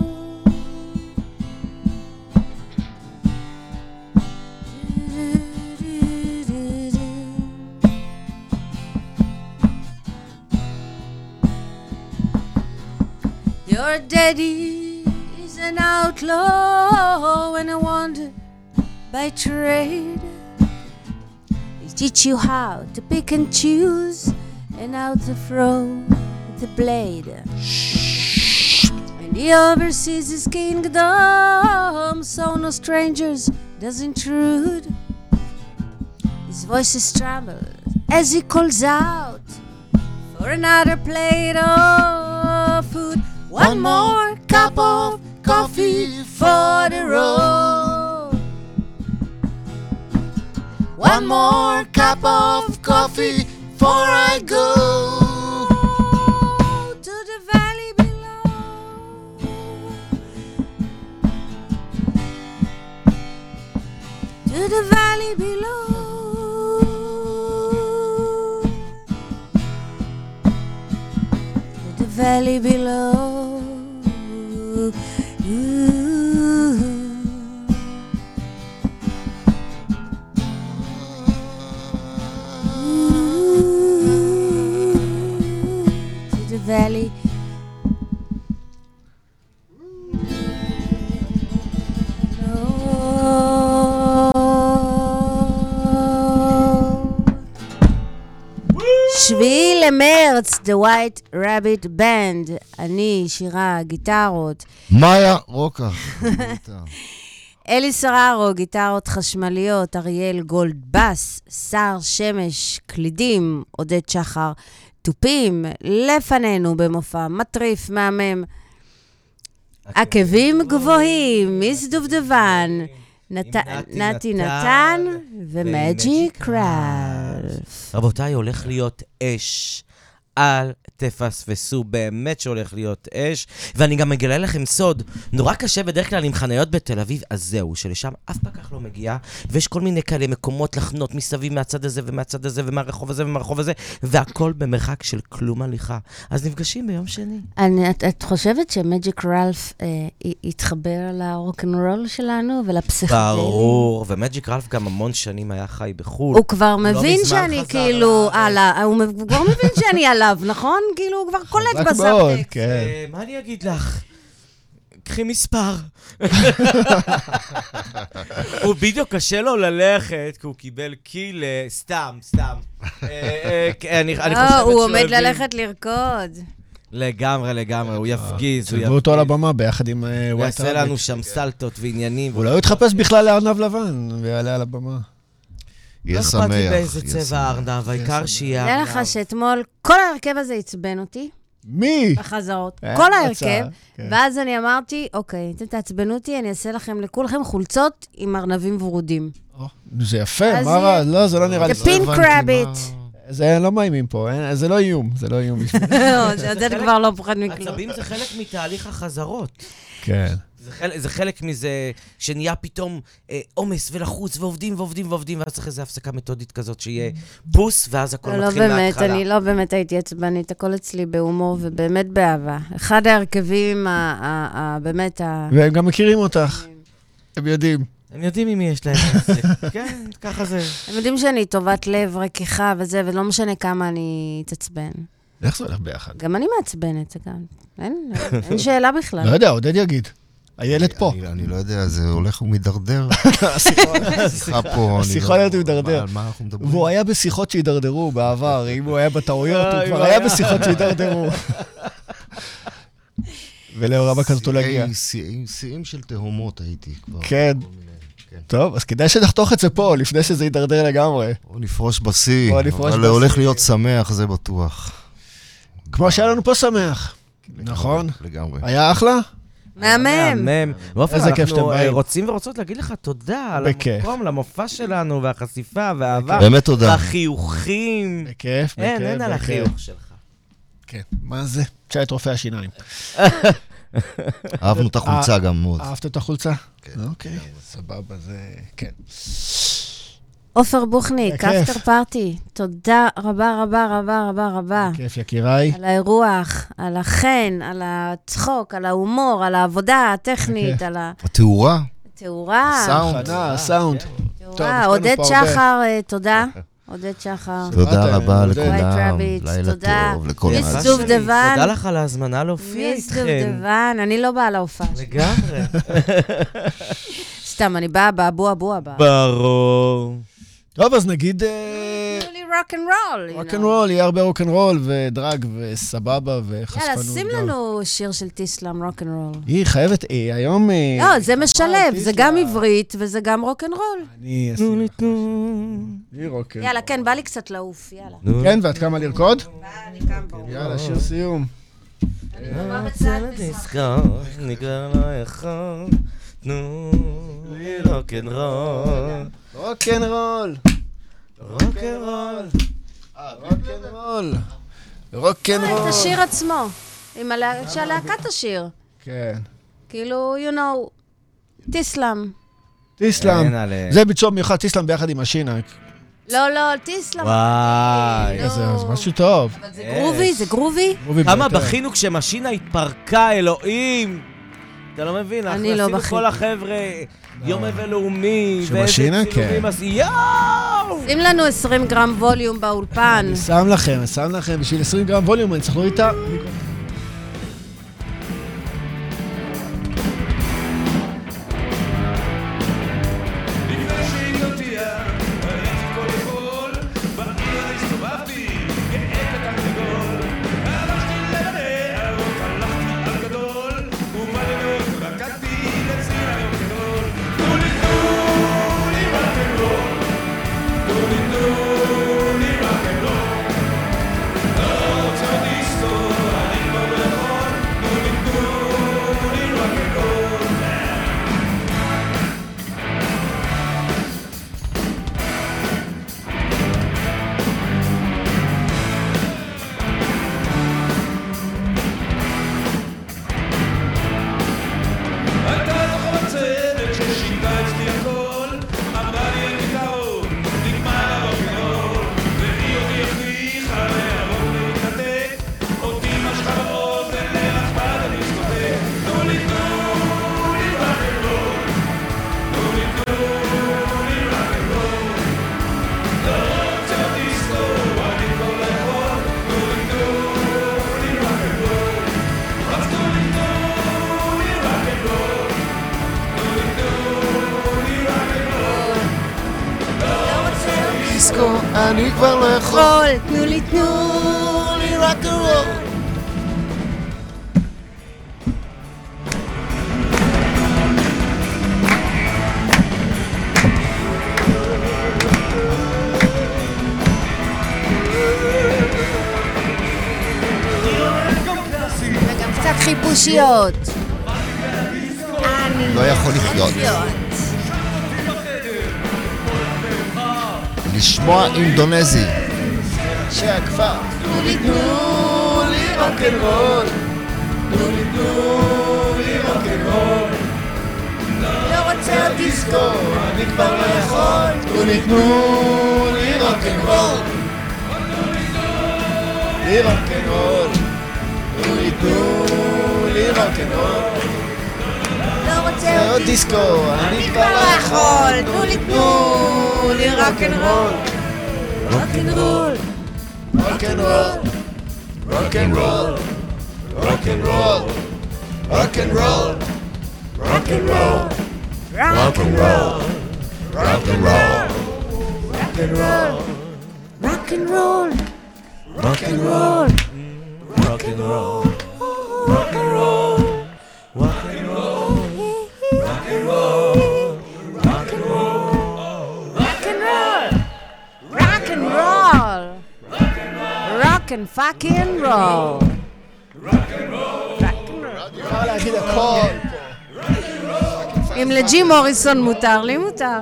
Your daddy is an outlaw and a wandered by trade. He teach you how to pick and choose and how to throw the blade. And he oversees his kingdom, so no strangers does intrude. His voice is trembled as he calls out for another plate of food. One more cup of coffee for the road. One more cup of coffee before I go to the valley below. To the valley below. To the valley below. To the valley. שביעי למרץ, The White Rabbit Band, אני, שירה, גיטרות. מאיה רוקה. אלי סררו, גיטרות חשמליות, אריאל גולד בס, שר שמש, קלידים, עודד שחר, תופים, לפנינו במופע מטריף, מהמם. עקבים גבוהים, מיס דובדבן, נתי נתן ומג'יק קראלף. רבותיי, הולך להיות אש. אל תפספסו, באמת שהולך להיות אש. ואני גם מגלה לכם סוד, נורא קשה בדרך כלל עם חניות בתל אביב, אז זהו, שלשם אף פקח לא מגיע, ויש כל מיני כאלה מקומות לחנות מסביב מהצד הזה ומהצד הזה ומהרחוב הזה ומהרחוב הזה, והכל במרחק של כלום הליכה. אז נפגשים ביום שני. את חושבת שמג'יק רלף יתחבר לרוק'נ'רול שלנו ולפסיכדלי? ברור, ומג'יק רלף גם המון שנים היה חי בחול. הוא כבר מבין שאני כאילו, הוא כבר מבין שאני עליו, נכון? כאילו, הוא כבר קולט בסאבטקסט. מה אני אגיד לך? קחי מספר. הוא בדיוק קשה לו ללכת, כי הוא קיבל קיל, סתם. הוא עומד ללכת לרקוד. לגמרי, הוא יפגיז. צלבו אותו על הבמה ביחד עם הוא ווייט יעשה רביט. לנו שם סלטות ועניינים. הוא לא יתחפש בכלל לארנב לבן, ויעלה על הבמה. יהיה לא שמח. אכפת לי באיזה צבע הארנב, העיקר שיהיה נראה ארנב. לך שאתמול כל ההרכב הזה עצבן אותי, מי? בחזרות, אין כל מצב, ההרכב, כן. ואז אני אמרתי, אוקיי, אתם תעצבנו אותי, אני אעשה לכם, לכולכם חולצות עם ארנבים ורודים. זה יפה, אז מה רע? לא, זה לא נראה לי. The pink rabbit. זה לא מאיימים פה, זה לא איום, זה לא איום בשביל. שעודד כבר לא פוחד מכלום. עצבים זה חלק מתהליך החזרות. כן. זה חלק מזה שנהיה פתאום עומס ולחוץ ועובדים, ואז צריך איזו הפסקה מתודית כזאת שיהיה פוס, ואז הכל לא מתחיל באמת, מההתחלה. אני לא באמת הייתי עצבנית, הכל אצלי בהומור ובאמת באהבה. אחד ההרכבים, באמת והם גם מכירים אותך, הם יודעים. הם יודעים ממי יש להם עסק. כן, ככה זה. הם יודעים שאני טובת לב, רקיחה וזה, ולא משנה כמה אני אתעצבן. איך זה הולך ביחד? גם אני מעצבנת, זה גם. אין שאלה בכלל. לא יודע, עודד יגיד. הילד פה. אני לא יודע, זה הולך ומדרדר. השיחה פה, השיחה הולכת ומדרדר. על מה אנחנו מדברים? והוא היה בשיחות שהידרדרו בעבר, אם הוא היה בטעויות, הוא כבר היה בשיחות שהידרדרו. ולאור רבה כזאת הוא להגיע. שיאים של תהומות הייתי כבר. כן. טוב, אז כדאי שנחתוך את זה פה, לפני שזה יידרדר לגמרי. או נפרוש בשיא, או נפרוש אבל בשיא. הולך להיות שמח, זה בטוח. כמו שהיה לנו פה שמח. נכון? לגמרי. היה אחלה? מהמם. באופן, איזה כיף שאתם אנחנו באים. רוצים ורוצות להגיד לך תודה על בכיף. המקום, למופע שלנו, והחשיפה, והאהבה. באמת תודה. והחיוכים. בכיף, אין על החיוך שלך. כן, מה זה? תשאל את רופא השיניים. אהבנו את החולצה גם מאוד. אהבת את החולצה? כן. אוקיי, סבבה, זה... כן. עופר בוכניק, בכיף. אפטר פארטי, תודה רבה רבה רבה רבה רבה. כיף, יקיריי. על האירוח, על החן, על הצחוק, על ההומור, על העבודה הטכנית, בכיף. על התאורה, התאורה. סאונד. חנה, הסאונד. טוב, השקענו עודד פה הרבה. שחר, תודה. עודד שחר. תודה רבה עודד. ווייט לכולם, רביץ, לילה תודה. טוב לכל מיס האנשים. דובדבן. תודה לך על ההזמנה להופיע מיס איתכם. דובדבן, אני לא באה להופעה. לגמרי. סתם, אני באה באבו אבו הבאה. ברור. טוב, אז נגיד... תנו לי רוק אנד רול. רוק אנד רול, יהיה הרבה רוק אנד רול ודרג וסבבה וחשפנות. יאללה, שים לנו שיר של טיסלאם, רוק אנד רול. היא חייבת, היום... לא, זה משלב, זה טיסלאם. גם עברית וזה גם רוק אנד רול. אני תנו אשים. לי תנו. היא רוק אנד יאללה, כן, בא לי קצת לעוף, יאללה. כן, ואת קמה לרקוד? אני קם פה. יאללה, שיר סיום. יוצא לדיסקו, נקרא לו אחד. תנו לי רוקנרול. רוק אנד רול. רוקנרול. רוק אנד רול. רוק אנד את רול. השיר עצמו, שהלהקה תשיר. כן. כאילו, you know, טיסלאם. טיסלאם. אין עליהם. זה ביצוע מיוחד, טיסלאם ביחד עם השינה. לא, טיסלאם. וואי. לא. זה משהו טוב. אבל זה גרובי, זה גרובי. רובי כמה ביותר. בכינו כשמשינה התפרקה, אלוהים. אתה לא מבין, אנחנו אני לא עשינו בכיתי. כל החבר'ה, יום אבל לאומי, שמשינה? ואיזה צילומים כן. יואו! שים לנו 20 גרם ווליום באולפן. אני שם לכם, בשביל 20 גרם ווליום, אני צריך להוריד את ה... אני כבר לא יכול. תנו לי רק רוק. וגם קצת חיפושיות. לא יכול לחיות. לשמוע אינדונזי. שהכפר. תנו לי רוק אנד רול. תנו לי רוק אנד רול. לא רוצה עוד דיסקו, אני כבר לא יכול. תנו לי רוק אנד רול. לי רוק אנד רול. תנו לי רוק אנד רול. לא רוצה עוד דיסקו, אני כבר לא יכול. יכול. תנו לי רוק אנד רול. רוק אנד רול. רוק אנד רול. רוק אנד רול. רוק אנד רול. רוק אנד רול. רוק אנד רול. רוק אנד רול. רוק אנד רול. רוק אנד רול. רוק אנד רול. Rock and roll. Rock and roll. Rock and roll. Rock and roll. Rock and roll. Rock and roll. Rock and roll. Rock and fucking roll. אפשר להגיד הכל. אם לג'י מוריסון מותר, לי מותר.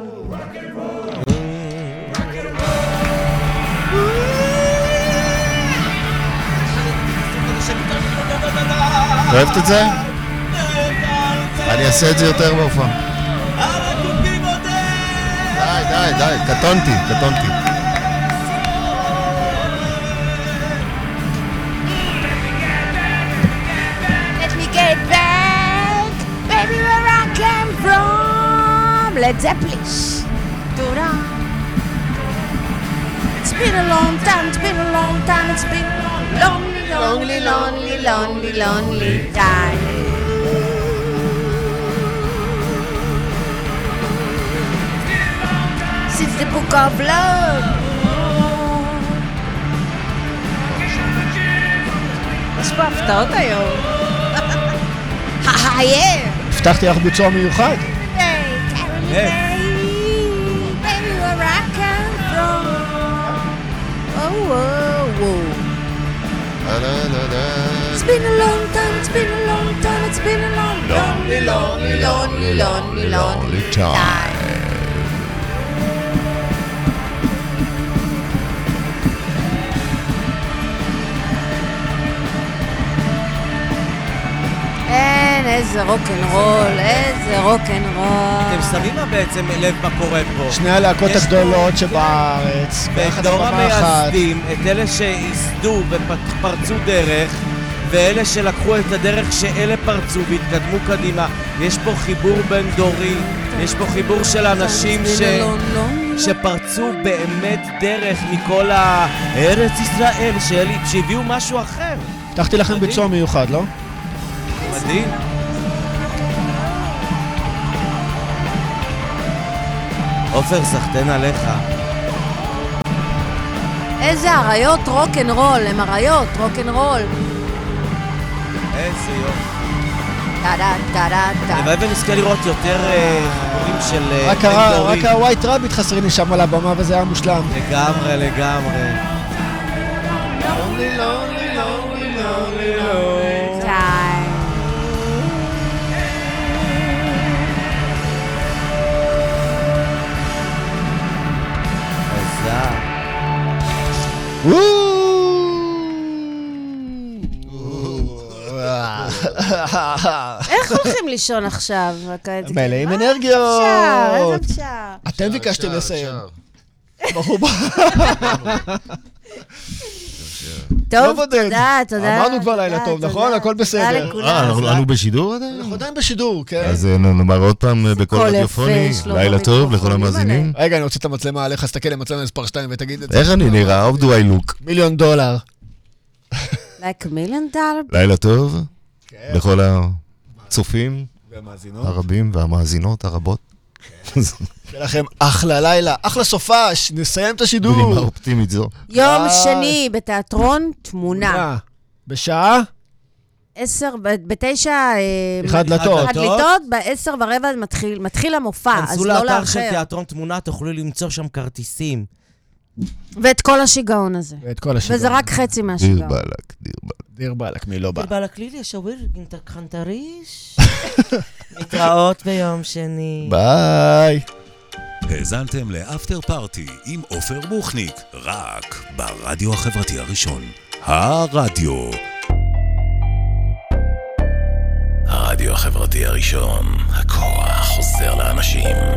אוהבת את זה? אני אעשה את זה יותר בהופעה. די, קטונתי. Let me get back, baby, where I came from. Led Zeppelin. Ta-da. It's been a long time, it's been a lonely time. Since the book of love. יש פה הפתעות היום. הבטחתי לך ביצוע מיוחד. It's been a long time, it's been a long time, it's been a lonely time. איזה רוק'נ'רול, אתם שמים מה בעצם לב מה קורה פה? שני הלהקות הגדולות שבארץ, ביחד בדור במה אחת. המייסדים, את אלה שהסדו ופרצו דרך, ואלה שלקחו את הדרך שאלה פרצו והתקדמו קדימה. יש פה חיבור בין דורי, יש פה חיבור של אנשים שפרצו באמת דרך מכל הארץ ישראל, שהביאו משהו אחר. הבטחתי לכם ביצוע מיוחד, לא? מדהים. עופר, סחטן עליך. איזה עריות רוק'נ'רול, הם עריות רוק'נ'רול. איזה יופי. טה-טה. הלוואי ונזכה לראות יותר חיבורים של בן-דורי. רק הווייט רביט חסרים לי שם על הבמה וזה היה מושלם. לגמרי. איך הולכים לישון עכשיו? מלאים אנרגיות. איזה פשר. אתם ביקשתם לסיים. טוב, תודה. אמרנו כבר לילה טוב, נכון? הכל בסדר. אנחנו בשידור עדיין? אנחנו עדיין בשידור, כן. אז נאמר עוד פעם בכל רדיופוני, לילה טוב לכל המאזינים. רגע, אני רוצה את המצלמה עליך, סתכל למצלמה מספר 2 ותגיד את זה. איך אני נראה? How do I look? $1,000,000. $1,000,000. לילה טוב לכל הצופים הרבים והמאזינות הרבות. שיהיה לכם אחלה לילה, אחלה סופש, נסיים את השידור. בנימה אופטימית זו. יום שני בתיאטרון תמונה. בשעה? 9 אחד דלתות. ב10:15 מתחיל המופע, אז כנסו לא לאתר לאחר. של תיאטרון תמונה, תוכלו למצוא שם כרטיסים. ואת כל השיגעון הזה. וזה רק חצי מהשיגעון. דיר בלק, מי לא בא. דיר בלק לילי, שוויר, אינטר חנטריש. מתראות ביום שני. ביי. האזנתם לאפטר פארטי עם עופר בוכניק, רק ברדיו החברתי הראשון. הרדיו החברתי הראשון, הכוח חוזר לאנשים.